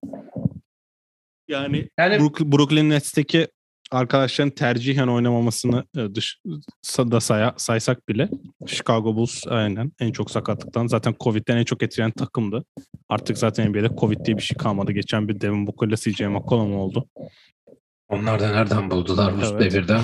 Yani Brooklyn Nets'teki arkadaşların tercihen oynamamasını saysak bile Chicago Bulls aynen en çok sakatlıktan zaten Covid'den en çok etkilenen takımdı. Artık zaten NBA'de Covid diye bir şey kalmadı. Geçen bir Devin Booker ile CJ McCollum oldu. Onlar da nereden buldular bu devirde?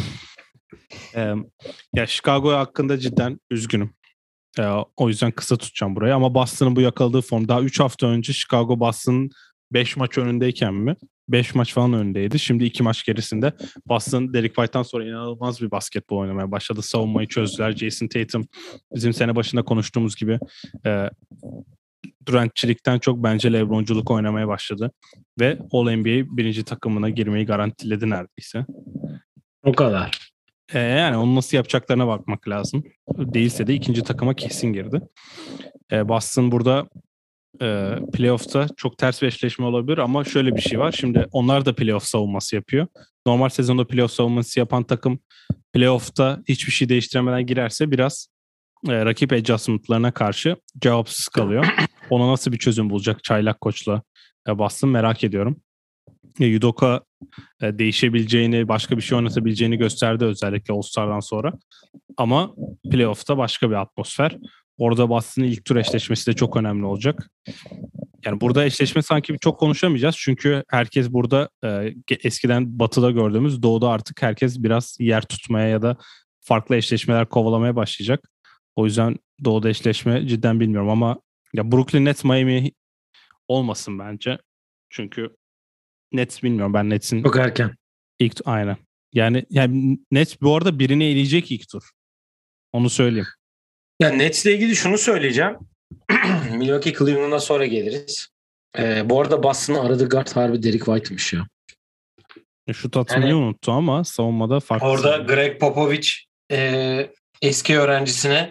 Ya Chicago hakkında cidden üzgünüm. O yüzden kısa tutacağım burayı ama Boston'ın bu yakaladığı form daha 3 hafta önce Chicago Boston'ın 5 maç önündeyken mi? 5 maç falan önündeydi. Şimdi 2 maç gerisinde. Boston Derek White'tan sonra inanılmaz bir basketbol oynamaya başladı. Savunmayı çözdüler. Jason Tatum bizim sene başında konuştuğumuz gibi Durantçilikten çok bence LeBronculuk oynamaya başladı. Ve All-NBA birinci takımına girmeyi garantiledi neredeyse. O kadar. Yani onu nasıl yapacaklarına bakmak lazım. Değilse de ikinci takıma kesin girdi. Boston burada playoff'ta çok ters bir eşleşme olabilir ama şöyle bir şey var. Şimdi onlar da playoff savunması yapıyor. Normal sezonda playoff savunması yapan takım playoff'ta hiçbir şey değiştiremeden girerse biraz rakip adjustment'larına karşı cevapsız kalıyor. Ona nasıl bir çözüm bulacak çaylak koçla Boston merak ediyorum. Udoka değişebileceğini, başka bir şey oynatabileceğini gösterdi özellikle All-Star'dan sonra. Ama playoff'ta başka bir atmosfer. Orada Boston'ın ilk tur eşleşmesi de çok önemli olacak. Yani burada eşleşme sanki çok konuşamayacağız. Çünkü herkes burada eskiden batıda gördüğümüz doğuda artık herkes biraz yer tutmaya ya da farklı eşleşmeler kovalamaya başlayacak. O yüzden doğuda eşleşme cidden bilmiyorum ama ya Brooklyn Nets Miami olmasın bence. Çünkü Nets bilmiyorum. Ben Nets'in çok erken. Aynen. Yani Nets bu arada birini eleyecek ilk tur. Onu söyleyeyim. Ya Nets'le ilgili şunu söyleyeceğim. Milwaukee Cleveland'a sonra geliriz. Bu arada Boston'ın aradığı guard harbi Derek White'mış ya. Şut atmayı unuttu ama savunmada farklı. Orada Greg Popovich eski öğrencisine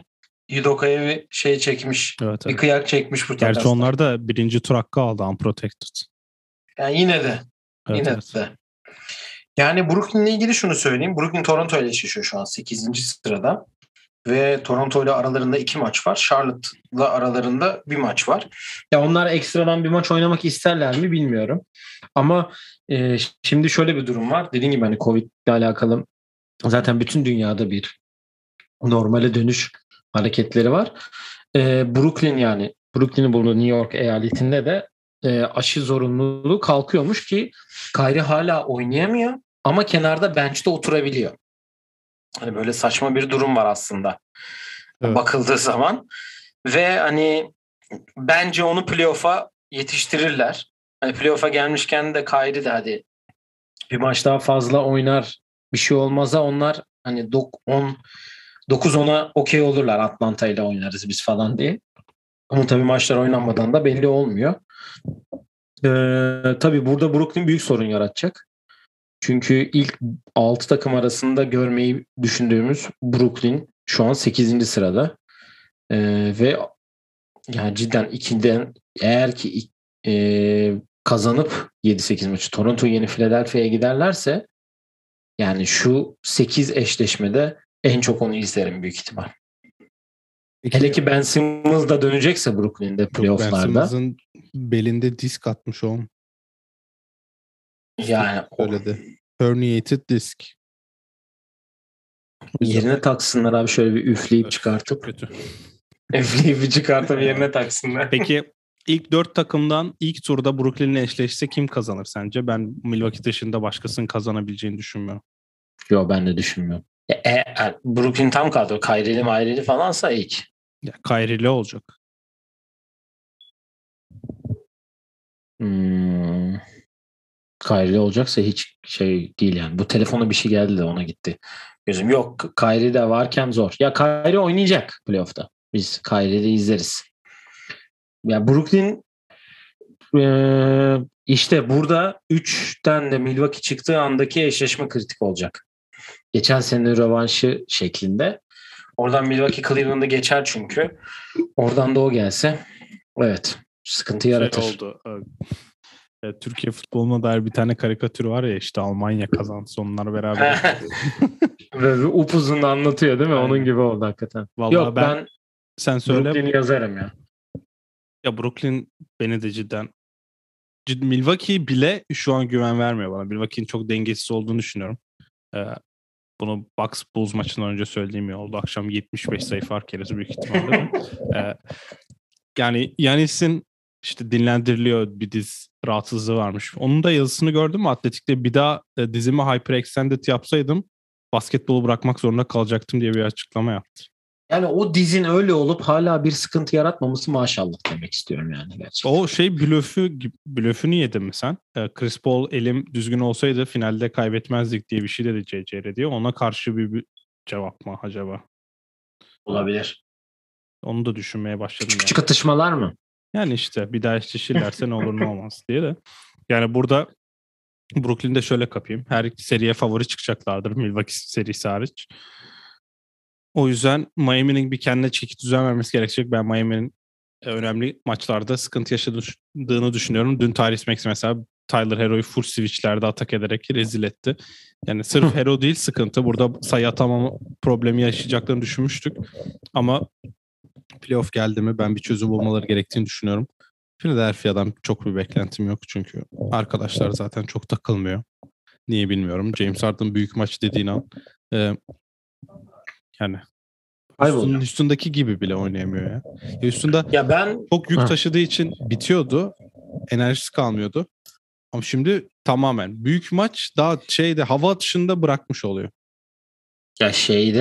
Udoka'ya bir şey çekmiş. Evet, Bir evet. kıyak çekmiş bu takasla. Gerçi onlar da 1. tur hakkı aldı unprotected. Yani yine de. Evet, Yine evet. de. Yani Brooklyn'le ilgili şunu söyleyeyim. Brooklyn Toronto ile eşleşiyor şu an 8. sırada. Ve Toronto ile aralarında 2 maç var. Charlotte'la aralarında 1 maç var. Ya onlar ekstradan bir maç oynamak isterler mi bilmiyorum. Ama şimdi şöyle bir durum var. Dediğim gibi hani Covid ile alakalı zaten bütün dünyada bir normale dönüş hareketleri var. Brooklyn'in bulunduğu New York eyaletinde de aşı zorunluluğu kalkıyormuş ki Kyrie hala oynayamıyor ama kenarda bench'te oturabiliyor. Hani böyle saçma bir durum var aslında. Evet. Bakıldığı zaman ve hani bence onu playoff'a yetiştirirler. Hani playoff'a gelmişken de Kyrie de hadi Bir maç daha fazla oynar, bir şey olmazsa onlar hani 9-10'a okey olurlar, Atlanta ile oynarız biz falan diye. Ama tabii maçlar oynanmadan da belli olmuyor. Tabii burada Brooklyn büyük sorun yaratacak. Çünkü ilk 6 takım arasında görmeyi düşündüğümüz Brooklyn şu an 8. sırada. Ve yani cidden ikiden eğer ki kazanıp 7-8 maçı Toronto'yu yenip Philadelphia'ya giderlerse yani şu 8 eşleşmede en çok onu izlerim büyük ihtimal. Peki, Hele ki Ben Simmons da dönecekse Brooklyn'de Ben playoff'larda. Simmons'ın belinde disk atmış o. yani Söyledi. Herniated disk. O yüzden Yerine taksınlar abi, şöyle bir üfleyip çıkartıp. kötü. Üfleyip çıkartıp yerine taksınlar. Peki ilk 4 takımdan ilk turda Brooklyn'le eşleşse kim kazanır sence? Ben Milwaukee dışında başkasının kazanabileceğini düşünmüyorum. Yok, ben de düşünmüyorum. Brooklyn tam kadro. Kyrie'li falansa ilk. Ya Kyrie'li olacak. Kyrie olacaksa hiç şey değil yani. Bu telefona bir şey geldi de ona gitti. Gözüm yok. Kyrie de varken zor. Ya Kyrie oynayacak playoff'ta. Biz Kyrie'yi izleriz. Ya Brooklyn işte burada 3'ten de Milwaukee çıktığı andaki eşleşme kritik olacak. Geçen senenin rövanşı şeklinde. Oradan Milwaukee Cleveland'ı geçer çünkü. Oradan da o gelse evet sıkıntı yaratır. oldu. Türkiye futboluna dair bir tane karikatür var ya, işte Almanya kazansın onlar beraber. Böyle upuzun anlatıyor değil mi? Aynen. Onun gibi oldu hakikaten. Vallahi Yok ben sen söyle. Brooklyn'i yazarım ya. Ya Brooklyn beni de cidden Milwaukee bile şu an güven vermiyor bana. Milwaukee'nin çok dengesiz olduğunu düşünüyorum. Bunu Bucks Bulls maçından önce söylediğim iyi oldu. Akşam 75 sayı fark yeriz büyük ihtimalle. Yani Giannis'in işte dinlendiriliyor, bir diz rahatsızlığı varmış. Onun da yazısını gördüm mü? Atletik'te bir daha dizimi hyperextended yapsaydım basketbolu bırakmak zorunda kalacaktım diye bir açıklama yaptı. Yani o dizin öyle olup hala bir sıkıntı yaratmaması maşallah demek istiyorum yani gerçekten. O şey blöfünü yedin mi sen? Chris Paul elim düzgün olsaydı finalde kaybetmezdik diye bir şey dedi CCR diye. Ona karşı bir cevap mı acaba? Olabilir. Onu da düşünmeye başladım. Küçük atışmalar mı? Yani işte bir daha eşleşirlerse ne olur ne olmaz diye de. Yani burada Brooklyn'de şöyle kapayım. Her seriye favori çıkacaklardır Milwaukee serisi hariç. O yüzden Miami'nin bir kendine çeki düzen vermesi gerekecek. Ben Miami'nin önemli maçlarda sıkıntı yaşadığını düşünüyorum. Dün Tyrese Maxey mesela Tyler Herro'yu full switchlerde atak ederek rezil etti. Yani sırf Herro değil sıkıntı. Burada sayı atamama problemi yaşayacaklarını düşünmüştük. Ama playoff geldi mi ben bir çözüm bulmaları gerektiğini düşünüyorum. Philadelphia'dan çok bir beklentim yok çünkü arkadaşlar zaten çok takılmıyor. Niye bilmiyorum. James Harden büyük maç dediğin an yani Houston'daki gibi bile oynayamıyor ya. Houston'da ya ben çok yük taşıdığı için bitiyordu. Enerjisi kalmıyordu. Ama şimdi tamamen büyük maç daha hava atışında bırakmış oluyor. Ya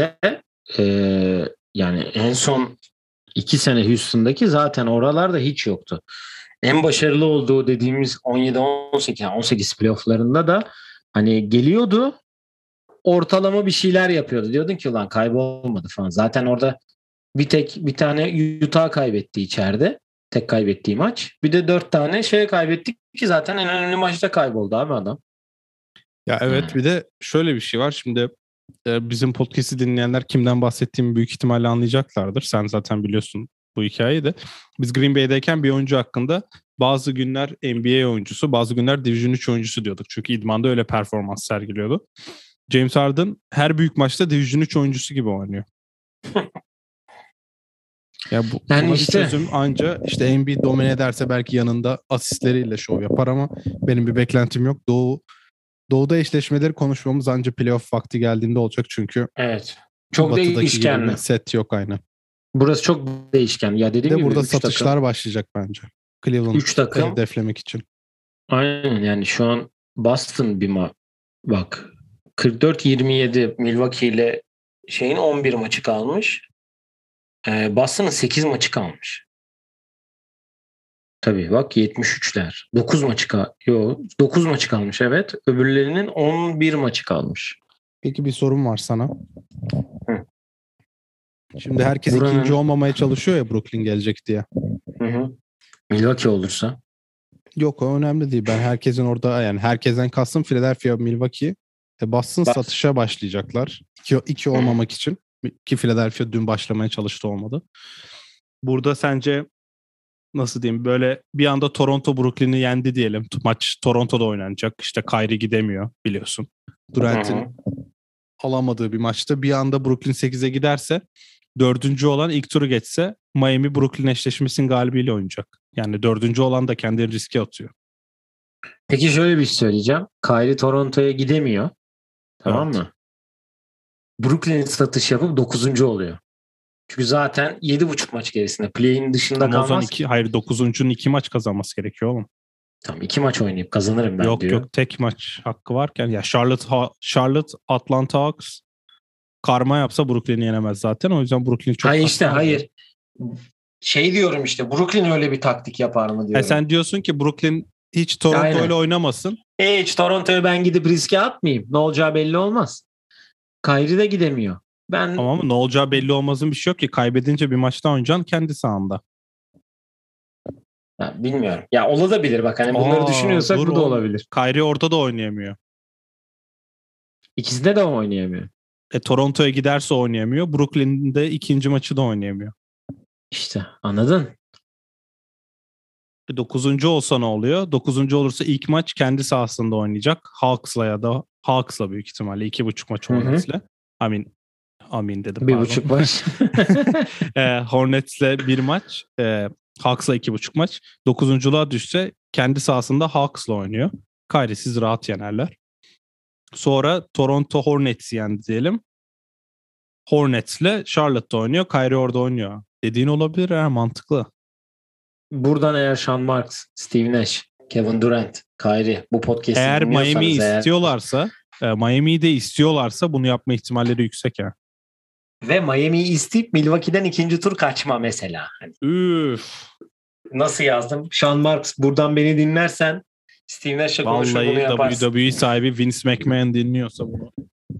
yani en son 2 sene Houston'daki zaten oralarda hiç yoktu. En başarılı olduğu dediğimiz 17-18 yani 18 playoff'larında da hani geliyordu, ortalama bir şeyler yapıyordu. Diyordun ki ulan kaybolmadı falan. Zaten orada bir tane Utah kaybetti içeride. Tek kaybettiği maç. Bir de 4 tane kaybettik ki zaten en önemli maçta kayboldu abi adam. Ya evet, bir de şöyle bir şey var. Şimdi Bizim podcast'i dinleyenler kimden bahsettiğimi büyük ihtimalle anlayacaklardır. Sen zaten biliyorsun bu hikayeyi de. Biz Green Bay'deyken bir oyuncu hakkında bazı günler NBA oyuncusu, bazı günler Division 3 oyuncusu diyorduk. Çünkü idmanda öyle performans sergiliyordu. James Harden her büyük maçta Division 3 oyuncusu gibi oynuyor. Ya Yani buna işte bir çözüm anca işte Embiid domine ederse belki yanında asistleriyle şov yapar ama benim bir beklentim yok. Doğu'da eşleşmeleri konuşmamız anca playoff vakti geldiğinde olacak çünkü evet. Çok Batı'daki gibi değişkenli. bir set yok aynı. Burası çok değişken. Ya Bir dediğim de gibi burada 3 satışlar takım. başlayacak bence. Cleveland 3 takım. hedeflemek için. Aynen, yani şu an Boston bak 44-27 Milwaukee ile şeyin 11 maçı kalmış. Boston'ın 8 maçı kalmış. Tabii bak 73'ler. 9 maçı kalmış, evet. Öbürlerinin 11 maçı kalmış. Peki bir sorum var sana. Hı. Şimdi herkes ikinci olmamaya çalışıyor ya Brooklyn gelecek diye. Hı. Milwaukee olursa. Yok, o önemli değil. Ben herkesin orada, yani herkesten kastım Philadelphia, Milwaukee. Boston satışa başlayacaklar. İki olmamak için. Ki Philadelphia dün başlamaya çalıştı, olmadı. Burada sence nasıl diyeyim, böyle bir anda Toronto Brooklyn'i yendi diyelim. Maç Toronto'da oynanacak. İşte Kyrie gidemiyor biliyorsun. Durant'in alamadığı bir maçta bir anda Brooklyn 8'e giderse, 4. olan ilk turu geçse Miami Brooklyn eşleşmesinin galibiyle oynayacak. Yani 4. olan da kendini riske atıyor. Peki şöyle bir şey söyleyeceğim. Kyrie Toronto'ya gidemiyor. Tamam mı? Brooklyn satış yapıp 9. oluyor. Çünkü zaten 7,5 maç gerisinde. Play-in dışında ama kalmaz. Hayır, 9'uncunun 2 maç kazanması gerekiyor oğlum. Tamam, 2 maç oynayıp kazanırım ben yok, diyor. Yok, tek maç hakkı varken ya Charlotte Atlanta Hawks karma yapsa Brooklyn'i yenemez zaten. O yüzden Brooklyn çok hayır. Şey diyorum işte, Brooklyn öyle bir taktik yapar mı diyorum. Sen diyorsun ki Brooklyn hiç Toronto ile oynamasın. Hiç Toronto'ya ben gidip riske atmayayım. Ne olacağı belli olmaz. Kyrie de gidemiyor. Ama ne olacağı belli olmazın bir şey yok ki. Kaybedince bir maçta oynayacaksın kendi sahanda. Ya, bilmiyorum. Ya olabilir bak, hani bunları düşünüyorsak bu da olabilir. Kyrie orada da oynayamıyor. İkisinde de oynayamıyor. Toronto'ya giderse oynayamıyor. Brooklyn'de ikinci maçı da oynayamıyor. İşte anladın. 9. olsa ne oluyor? 9. olursa ilk maç kendi sahasında oynayacak. Hawks'la ya da Hawks'la büyük ihtimalle 2,5 maç Hornets'le. Amin dedim, pardon. 1,5 maç. Hornets'le bir maç. Hawks'la 2,5 maç. 9'unculuğa düşse kendi sahasında Hawks'la oynuyor. Kyrie'siz rahat yenerler. Sonra Toronto Hornets'i yendi diyelim. Hornets'le Charlotte'da oynuyor. Kyrie orada oynuyor. Dediğin olabilir, mantıklı. Buradan eğer Sean Marks, Steve Nash, Kevin Durant, Kyrie bu podcast'i eğer dinliyorsanız, Miami'yi de istiyorlarsa bunu yapma ihtimalleri yüksek ya. Ve Miami'yi isteyip Milwaukee'den 2. tur kaçma mesela. Üf. Nasıl yazdım? Sean Marks, buradan beni dinlersen Steve Nash'la konuşur, bunu yaparsın. Vallahi WWE sahibi Vince McMahon dinliyorsa bunu.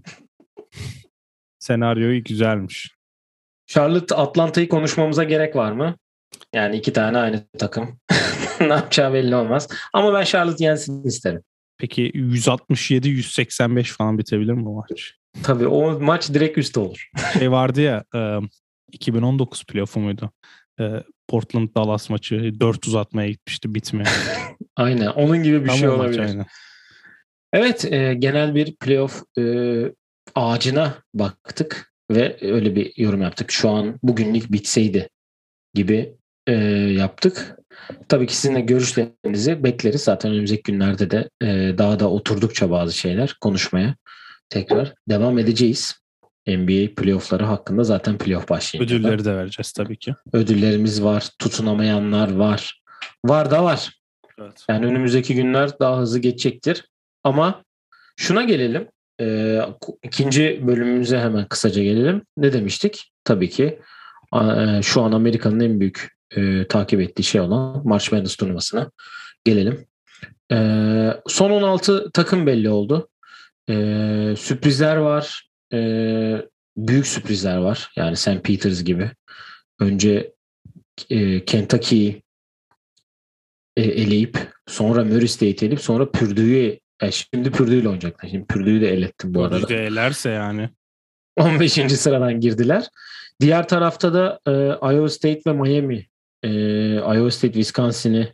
Senaryoyu güzelmiş. Charlotte Atlanta'yı konuşmamıza gerek var mı? Yani 2 tane aynı takım. Ne yapacağı belli olmaz. Ama ben Charlotte yensin isterim. Peki 167-185 falan bitebilir mi o maç? Tabii o maç direkt üst olur. Şey vardı ya, 2019 playoff'u muydu? Portland Dallas maçı 4 uzatmaya gitmişti, bitmiyor. Aynen, onun gibi bir tam şey maç, olabilir. aynen. Evet, genel bir playoff ağacına baktık ve öyle bir yorum yaptık. Şu an bugünlük bitseydi gibi yaptık. Tabii ki sizin de görüşlerinizi bekleriz. Zaten önümüzdeki günlerde de daha da oturdukça bazı şeyler konuşmaya tekrar devam edeceğiz. NBA playoff'ları hakkında zaten playoff başlayınca ödülleri de vereceğiz tabii ki. Ödüllerimiz var. Tutunamayanlar var. Var da var. Evet. Yani önümüzdeki günler daha hızlı geçecektir. Ama şuna gelelim. İkinci bölümümüze hemen kısaca gelelim. Ne demiştik? Tabii ki şu an Amerika'nın en büyük takip ettiği şey olan March Madness turnuvasına gelelim. Son 16 takım belli oldu. Sürprizler var. Büyük sürprizler var. Yani St. Peters gibi. Önce Kentucky'yi eleyip sonra Murray State'i eleyip sonra Purdue'yu şimdi Purdue ile oynayacaklar. Şimdi Purdue'yu da elettim bu arada. Purdue elerse yani. 15. sıradan girdiler. Diğer tarafta da Iowa State ve Miami. Iowa State Wisconsin'i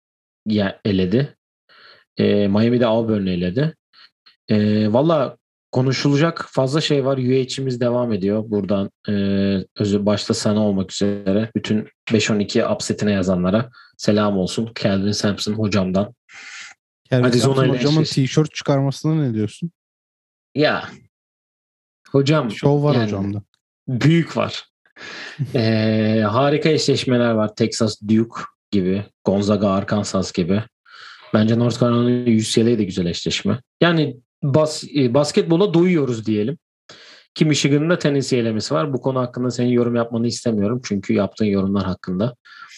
eledi. Miami de Auburn'u eledi. Valla konuşulacak fazla şey var. UH'imiz devam ediyor. Buradan başta sana olmak üzere bütün 5-12 upset'ine yazanlara selam olsun. Kelvin Sampson hocamdan. Kelvin Sampson hocamın tişört çıkarmasına ne diyorsun? Ya hocam. Şov var yani, hocamda. Büyük var. Harika eşleşmeler var. Texas Duke gibi. Gonzaga Arkansas gibi. Bence North Carolina UCLA de güzel eşleşme. Yani basketbola doyuyoruz diyelim. Ki Michigan'ın da Tennessee elemesi var. Bu konu hakkında senin yorum yapmanı istemiyorum. Çünkü yaptığın yorumlar hakkında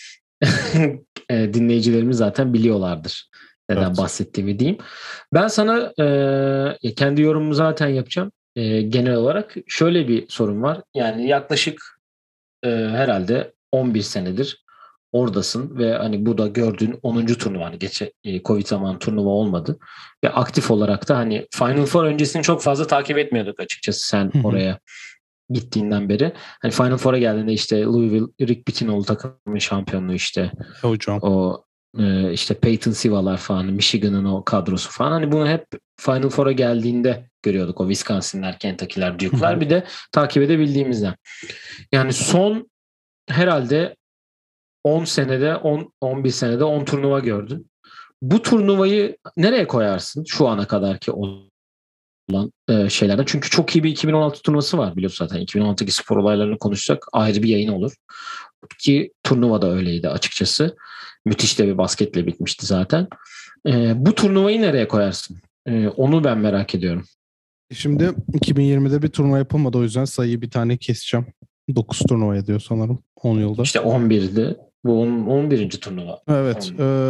dinleyicilerimiz zaten biliyorlardır. Neden bahsettiğimi diyeyim. Ben sana kendi yorumumu zaten yapacağım. Genel olarak şöyle bir sorun var. Yani yaklaşık herhalde 11 senedir oradasın ve hani bu da gördüğün 10. turnuva. Hani Covid zamanı turnuva olmadı. Ve aktif olarak da hani Final Four öncesini çok fazla takip etmiyorduk açıkçası sen oraya gittiğinden beri. Hani Final Four'a geldiğinde işte Louisville, Rick Pitino'lu takımın şampiyonluğu işte. Hocam. O işte Peyton Siva'lar falan, Michigan'ın o kadrosu falan. Hani bunu hep Final Four'a geldiğinde görüyorduk. O Wisconsin'ler, Kentucky'ler, Duke'lar. Bir de takip edebildiğimizden. Yani son herhalde 10 senede, 11 senede 10 turnuva gördün. Bu turnuvayı nereye koyarsın şu ana kadarki olan şeylerden? Çünkü çok iyi bir 2016 turnuvası var biliyorsun zaten. 2016'daki spor olaylarını konuşacak ayrı bir yayın olur. Ki turnuva da öyleydi açıkçası. Müthiş de bir basketle bitmişti zaten. Bu turnuvayı nereye koyarsın? Onu ben merak ediyorum. Şimdi 2020'de bir turnuva yapılmadı. O yüzden sayıyı bir tane keseceğim. 9 turnuva ediyor sanırım 10 yılda. İşte 11'di. Bu 11. turnuva. Evet.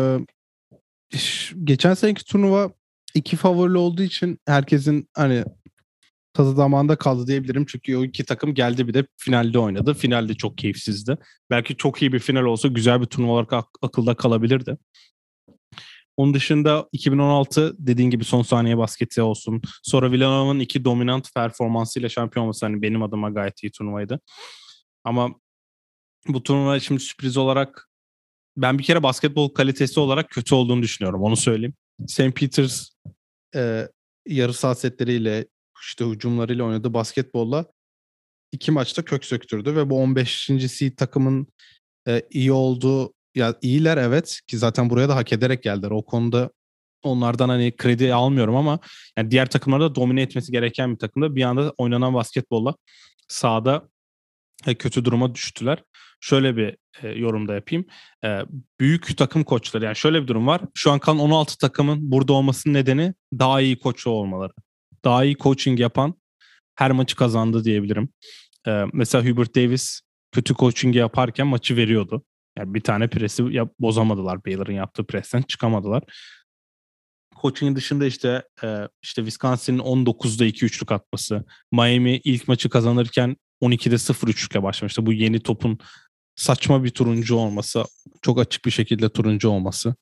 Geçen seneki turnuva 2 favorili olduğu için herkesin hani tadı damağında kaldı diyebilirim. Çünkü o iki takım geldi bir de finalde oynadı. Finalde çok keyifsizdi. Belki çok iyi bir final olsa güzel bir turnuva olarak akılda kalabilirdi. Onun dışında 2016 dediğin gibi son saniye basketi olsun. Sonra Villanova'nın 2 dominant performansıyla şampiyon olması hani benim adıma gayet iyi turnuvaydı. Ama bu turnuva şimdi sürpriz olarak ben bir kere basketbol kalitesi olarak kötü olduğunu düşünüyorum. Onu söyleyeyim. St. Peters yarı saat setleriyle işte hücumlarıyla oynadığı basketbolla 2 maçta kök söktürdü ve bu 15. seed takımın iyi olduğu ya iyiler evet ki zaten buraya da hak ederek geldiler. O konuda onlardan hani kredi almıyorum ama yani diğer takımlarda domine etmesi gereken bir takımda bir anda oynanan basketbolla sahada kötü duruma düştüler. Şöyle bir yorum da yapayım. Büyük takım koçları yani şöyle bir durum var. Şu an kalan 16 takımın burada olmasının nedeni daha iyi koçu olmaları. Daha iyi coaching yapan her maçı kazandı diyebilirim. Mesela Hubert Davis kötü coaching yaparken maçı veriyordu. Yani bir tane presi bozamadılar. Baylor'ın yaptığı presten çıkamadılar. Coaching dışında işte Wisconsin'in 19'da 2 üçlük atması. Miami ilk maçı kazanırken 12'de 0 üçlükle başlamıştı. Bu yeni topun saçma bir turuncu olması, çok açık bir şekilde turuncu olması.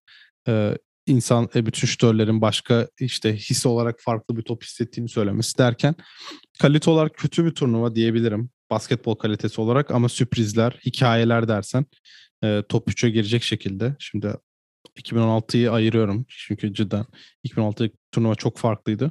Bütün şütörlerin başka işte his olarak farklı bir top hissettiğini söylemesi derken kalite olarak kötü bir turnuva diyebilirim. Basketbol kalitesi olarak ama sürprizler, hikayeler dersen top 3'e girecek şekilde. Şimdi 2016'yı ayırıyorum çünkü cidden 2016 turnuva çok farklıydı.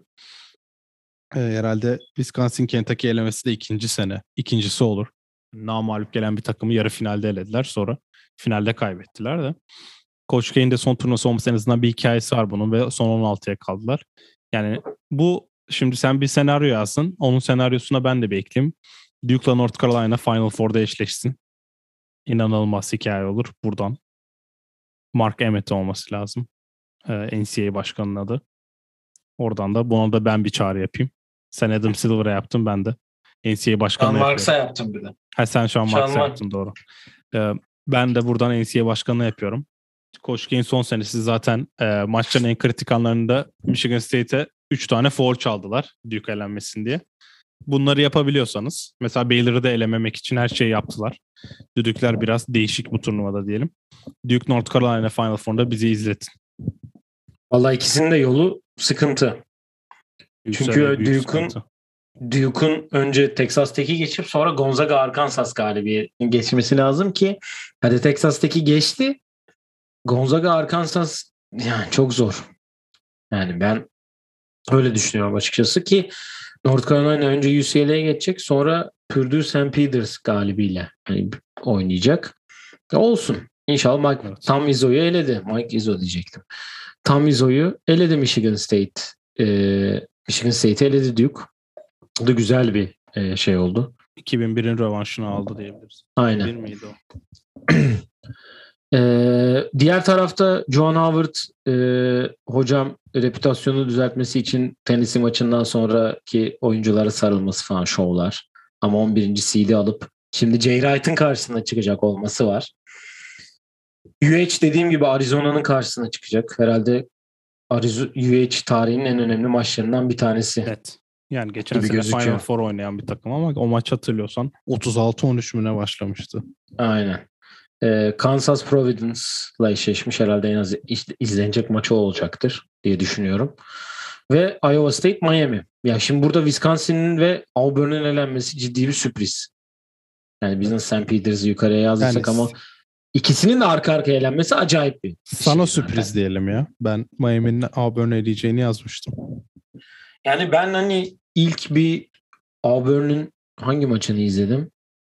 Herhalde Wisconsin Kentucky elemesi de ikincisi olur. Namağlup gelen bir takımı yarı finalde elediler. Sonra finalde kaybettiler de. Coach K'in de son turnuvası olması en azından bir hikayesi var bunun ve son 16'ya kaldılar. Yani bu şimdi sen bir senaryo yazsın. Onun senaryosuna ben de bir ekleyeyim. Duke'la North Carolina Final Four'da eşleşsin. İnanılmaz hikaye olur buradan. Mark Emmett olması lazım. NCAA başkanının adı. Oradan da buna da ben bir çağrı yapayım. Sen Adam Silver'a yaptın ben de. NCAA başkanına yapıyorum. Marks'a yaptım bir de. Sen şu an Marks'a yaptın doğru. Ben de buradan NCAA başkanına yapıyorum. Coach K'in son senesi zaten maçların en kritik anlarında Michigan State'e 3 tane foul çaldılar Duke elenmesin diye. Bunları yapabiliyorsanız mesela Baylor'ı da elememek için her şeyi yaptılar. Düdükler biraz değişik bu turnuvada diyelim. Duke North Carolina Final Four'da bizi izletin. Vallahi ikisinin de yolu sıkıntı. Çünkü Duke'un Duke'un önce Texas Tech'i geçip sonra Gonzaga Arkansas galibiyetini geçmesi lazım ki hadi Texas Tech'i geçti. Gonzaga Arkansas yani çok zor. Yani ben öyle düşünüyorum açıkçası ki North Carolina önce UCLA'ya geçecek, sonra Purdue St. Peters galibiyle hani oynayacak. Olsun. İnşallah Mike Evet. Tom Izzo'yu eledi. Mike Izzo diyecektim. Tom Izzo'yu eledi Michigan State. Michigan State'i eledi Duke. Bu da güzel bir şey oldu. 2001'in rövanşını aldı diyebiliriz. Aynen. 2001 miydi o? Diğer tarafta John Howard hocam reputasyonu düzeltmesi için Tennessee maçından sonraki oyunculara sarılması falan şovlar. Ama 11. seed'i alıp şimdi Jay Wright'ın karşısına çıkacak olması var. UH dediğim gibi Arizona'nın karşısına çıkacak. Herhalde UH tarihinin en önemli maçlarından bir tanesi. Evet. Yani geçen gibi sene gözüküyor. Final Four oynayan bir takım ama o maç hatırlıyorsan 36-13 mü ne başlamıştı. Aynen. Kansas Providence'la eşleşmiş, herhalde en az izlenecek maçı olacaktır diye düşünüyorum. Ve Iowa State Miami. Ya şimdi burada Wisconsin'in ve Auburn'un elenmesi ciddi bir sürpriz. Yani biz nasıl St. Peters'ı yukarıya yazdıysak Yani ama ikisinin de arka arkaya elenmesi acayip bir sana şey sürpriz zaten. diyelim ya. Ben Miami'nin Auburn'u eleyeceğini yazmıştım. Yani ben hani ilk bir Auburn'un hangi maçını izledim?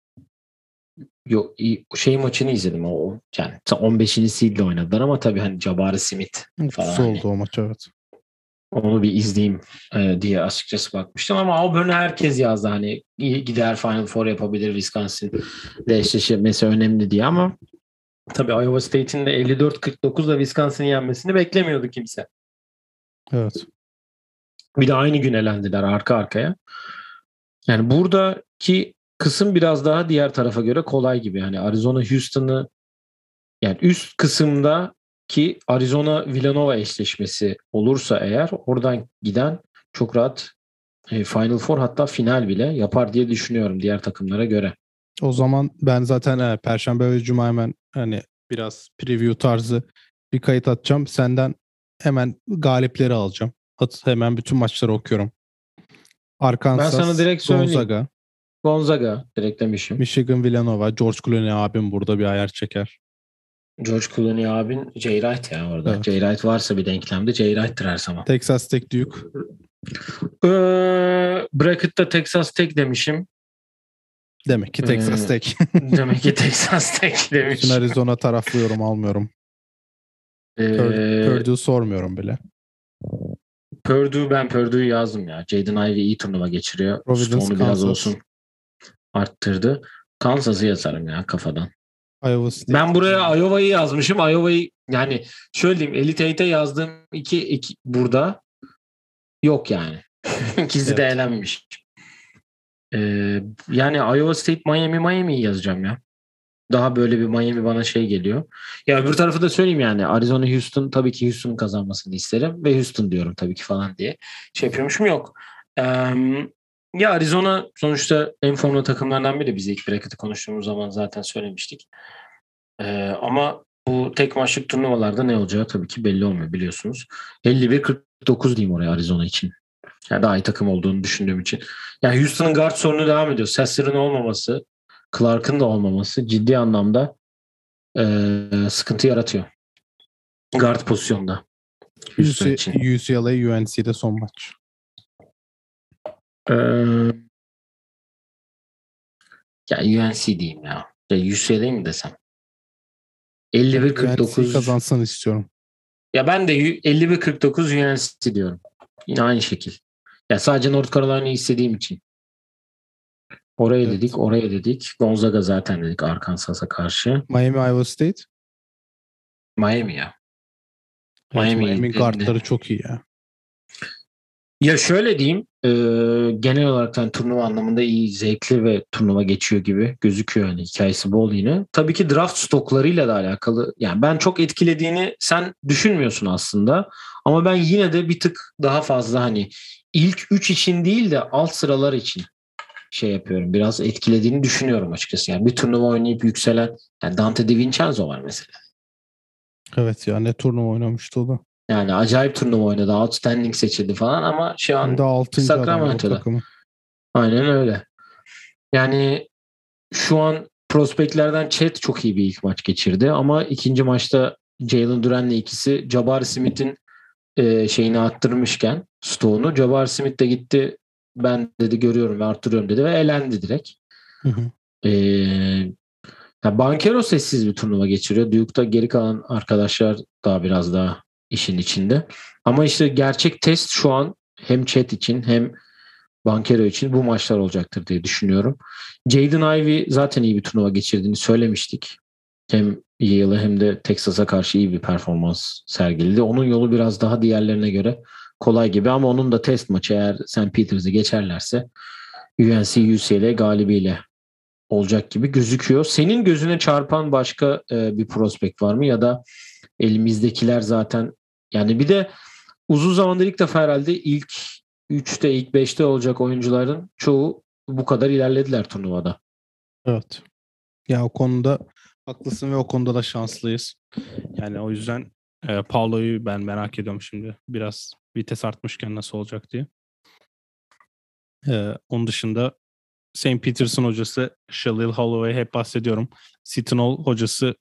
Yok, şey maçını izledim o yani 15. seed'le oynadılar ama tabii hani Jabari Smith falan Kutusu hani oldu o maç, evet. onu bir izleyeyim diye açıkçası bakmıştım ama Auburn'u herkes yazdı hani gider Final Four yapabilir, Wisconsin'le eşleşmesi önemli diye ama tabii Iowa State'in de 54-49'la Wisconsin'i yenmesini beklemiyordu kimse. Evet. Bir de aynı gün elendiler arka arkaya. Yani buradaki kısım biraz daha diğer tarafa göre kolay gibi. Yani Arizona Houston'ı, yani üst kısımda ki Arizona Villanova eşleşmesi olursa eğer oradan giden çok rahat Final Four, hatta final bile yapar diye düşünüyorum diğer takımlara göre. O zaman ben zaten Perşembe ve Cuma hemen hani biraz preview tarzı bir kayıt atacağım. Senden hemen galipleri alacağım. Hemen bütün maçları okuyorum. Ben sana Arkansas, direkt söyleyeyim. Gonzaga, direkt demişim. Michigan, Villanova, George Clooney abim burada bir ayar çeker. George Clooney abin Jay Wright ya orada. Evet. Jay Wright varsa bir denklemde Jay Wright'tır her zaman. Texas Tech, Duke. Bracket'ta Texas Tech demişim. Demek ki Texas Tech. Demek ki Texas Tech demişim. Bütün Arizona taraflıyorum, almıyorum. Purdue sormuyorum bile. Ben Purdue'yu yazdım ya. Jaden Ivey iyi turnuva geçiriyor. Providence, Stone'u biraz Kansas. olsun arttırdı. Kansas'ı yazarım ya kafadan. Iowa State. Ben buraya Iowa'yı yazmışım. Iowa'yı yani şöyle diyeyim, Elite 8'e yazdığım iki burada yok yani. İkisi de Evet. elenmiş. Yani Iowa State Miami'yi yazacağım ya. Daha böyle bir Miami bana şey geliyor. Ya öbür tarafı da söyleyeyim yani. Arizona Houston, tabii ki Houston'un kazanmasını isterim. Ve Houston diyorum tabii ki falan diye. Şey yapıyormuşum, yok. Ya Arizona sonuçta en formda takımlardan biri. Biz ilk bracket'ı konuştuğumuz zaman zaten söylemiştik. Ama bu tek maçlık turnuvalarda ne olacağı tabii ki belli olmuyor biliyorsunuz. 51-49 diyeyim oraya Arizona için. Yani daha iyi takım olduğunu düşündüğüm için. Yani Houston'ın guard sorunu devam ediyor. Sasser'ın olmaması, Clark'ın da olmaması ciddi anlamda sıkıntı yaratıyor. Guard pozisyonda. Houston için. UCLA UNC'de son maç. Ya UNC diyeyim ya. UCLA mi desem? 51-49 UNC kazansın istiyorum. Ya ben de 51-49 UNC diyorum. Yine aynı şekil. Ya sadece North Carolina'yı istediğim için. Oraya dedik. Gonzaga zaten dedik Arkansas'a karşı. Miami, Iowa State. Miami ya. Evet, Miami guardları çok iyi ya. Ya şöyle diyeyim, genel olarak yani turnuva anlamında iyi, zevkli ve turnuva geçiyor gibi gözüküyor, yani hikayesi bol yine. Tabii ki draft stoklarıyla da alakalı. Yani ben çok etkilediğini sen düşünmüyorsun aslında. Ama ben yine de bir tık daha fazla hani ilk 3 için değil de alt sıralar için şey yapıyorum. Biraz etkilediğini düşünüyorum açıkçası. Yani bir turnuva oynayıp yükselen, yani Dante DiVincenzo var mesela. Evet ya, ne turnuva oynamıştı o da. Yani acayip turnuva oynadı. Outstanding seçildi falan ama şu an Şimdi 6. adam o Sacramento'da. takımı. Aynen öyle. Yani şu an prospektlerden Chet çok iyi bir ilk maç geçirdi ama ikinci maçta Jalen Duren'le ikisi Jabari Smith'in şeyini arttırmışken stoğunu, Jabari Smith de gitti, ben dedi görüyorum ve arttırıyorum dedi ve elendi direkt. Hı hı. Banchero sessiz bir turnuva geçiriyor. Duke'da geri kalan arkadaşlar daha biraz daha işin içinde. Ama işte gerçek test şu an hem Chet için hem Banchero için bu maçlar olacaktır diye düşünüyorum. Jaden Ivey zaten iyi bir turnuva geçirdiğini söylemiştik. Hem Yale'a hem de Texas'a karşı iyi bir performans sergiledi. Onun yolu biraz daha diğerlerine göre kolay gibi ama onun da test maçı eğer St. Peters'ı geçerlerse UNC UCLA galibiyle olacak gibi gözüküyor. Senin gözüne çarpan başka bir prospekt var mı ya da elimizdekiler zaten, yani bir de uzun zamandır ilk defa herhalde ilk 3'te ilk 5'te olacak oyuncuların çoğu bu kadar ilerlediler turnuvada. Evet. Ya o konuda haklısın ve o konuda da şanslıyız. Yani o yüzden Paulo'yu ben merak ediyorum şimdi. Biraz vites artmışken nasıl olacak diye. Onun dışında St. Peters'ın hocası Shalil Holloway, hep bahsediyorum. Seton Hall hocası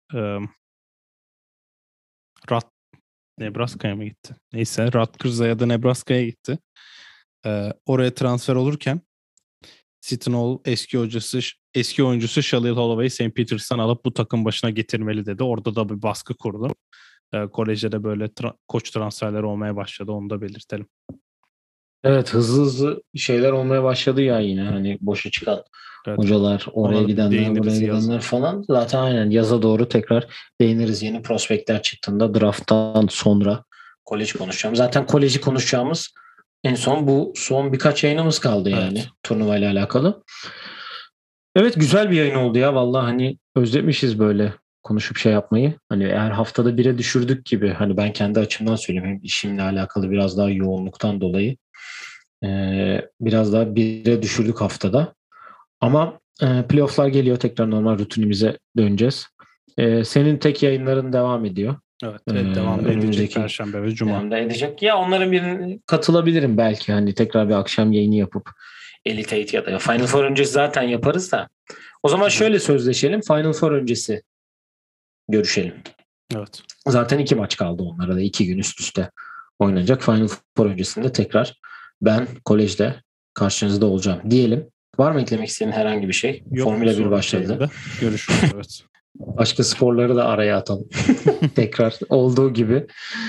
Nebraska'ya mı gitti? Neyse, Rutgers'a ya da Nebraska'ya gitti. Oraya transfer olurken Seton Hall eski oyuncusu Shalil Holloway St. Peters'tan alıp bu takım başına getirmeli dedi. Orada da bir baskı kurdu. Kolejde de böyle koç transferleri olmaya başladı. Onu da belirtelim. Evet, hızlı hızlı şeyler olmaya başladı ya, yine hani boşa çıkan Evet. hocalar, oraya Ona gidenler, buraya değiniriz gidenler yazın. falan. Zaten aynen yaza doğru tekrar değiniriz yeni prospektler çıktığında, drafttan sonra kolej konuşacağım. Zaten koleji konuşacağımız en son bu son birkaç yayınımız kaldı yani Evet. turnuvayla alakalı. Evet, güzel bir yayın oldu ya vallahi, hani özlemişiz böyle konuşup şey yapmayı. Hani eğer haftada bire düşürdük gibi, hani ben kendi açımdan söyleyeyim, hem işimle alakalı biraz daha yoğunluktan dolayı biraz daha bire düşürdük haftada. Ama playofflar geliyor, tekrar normal rutinimize döneceğiz. Senin tek yayınların devam ediyor. Evet, devam da edecek Önümüzdeki Perşembe ve Cuma. devam da edecek. Ya onların birine katılabilirim belki, hani tekrar bir akşam yayını yapıp Elite Eight ya da Final Four öncesi zaten yaparız da. O zaman şöyle sözleşelim. Final Four öncesi görüşelim. Evet. Zaten 2 maç kaldı onlara da, 2 gün üst üste oynanacak. Final Four öncesinde tekrar ben kolejde karşınızda olacağım diyelim. Var mı eklemek istediğin herhangi bir şey? Yok, Formula 1 sonraki başladı. yayında görüşürüz. Evet. Başka sporları da araya atalım. Tekrar olduğu gibi.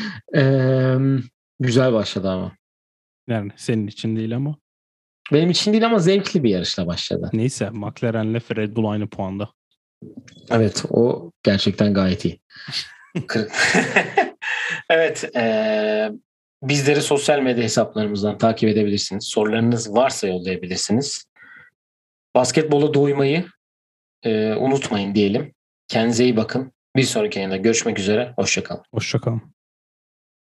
Güzel başladı ama. Yani senin için değil ama. Benim için değil ama zevkli bir yarışla başladı. Neyse, McLaren'le Red Bull aynı puanda. Evet, o gerçekten gayet iyi. Evet. Bizleri sosyal medya hesaplarımızdan takip edebilirsiniz. Sorularınız varsa yollayabilirsiniz. Basketbola doymayı unutmayın diyelim. Kendinize iyi bakın. Bir sonraki yayında görüşmek üzere. Hoşça kalın. Hoşça kalın.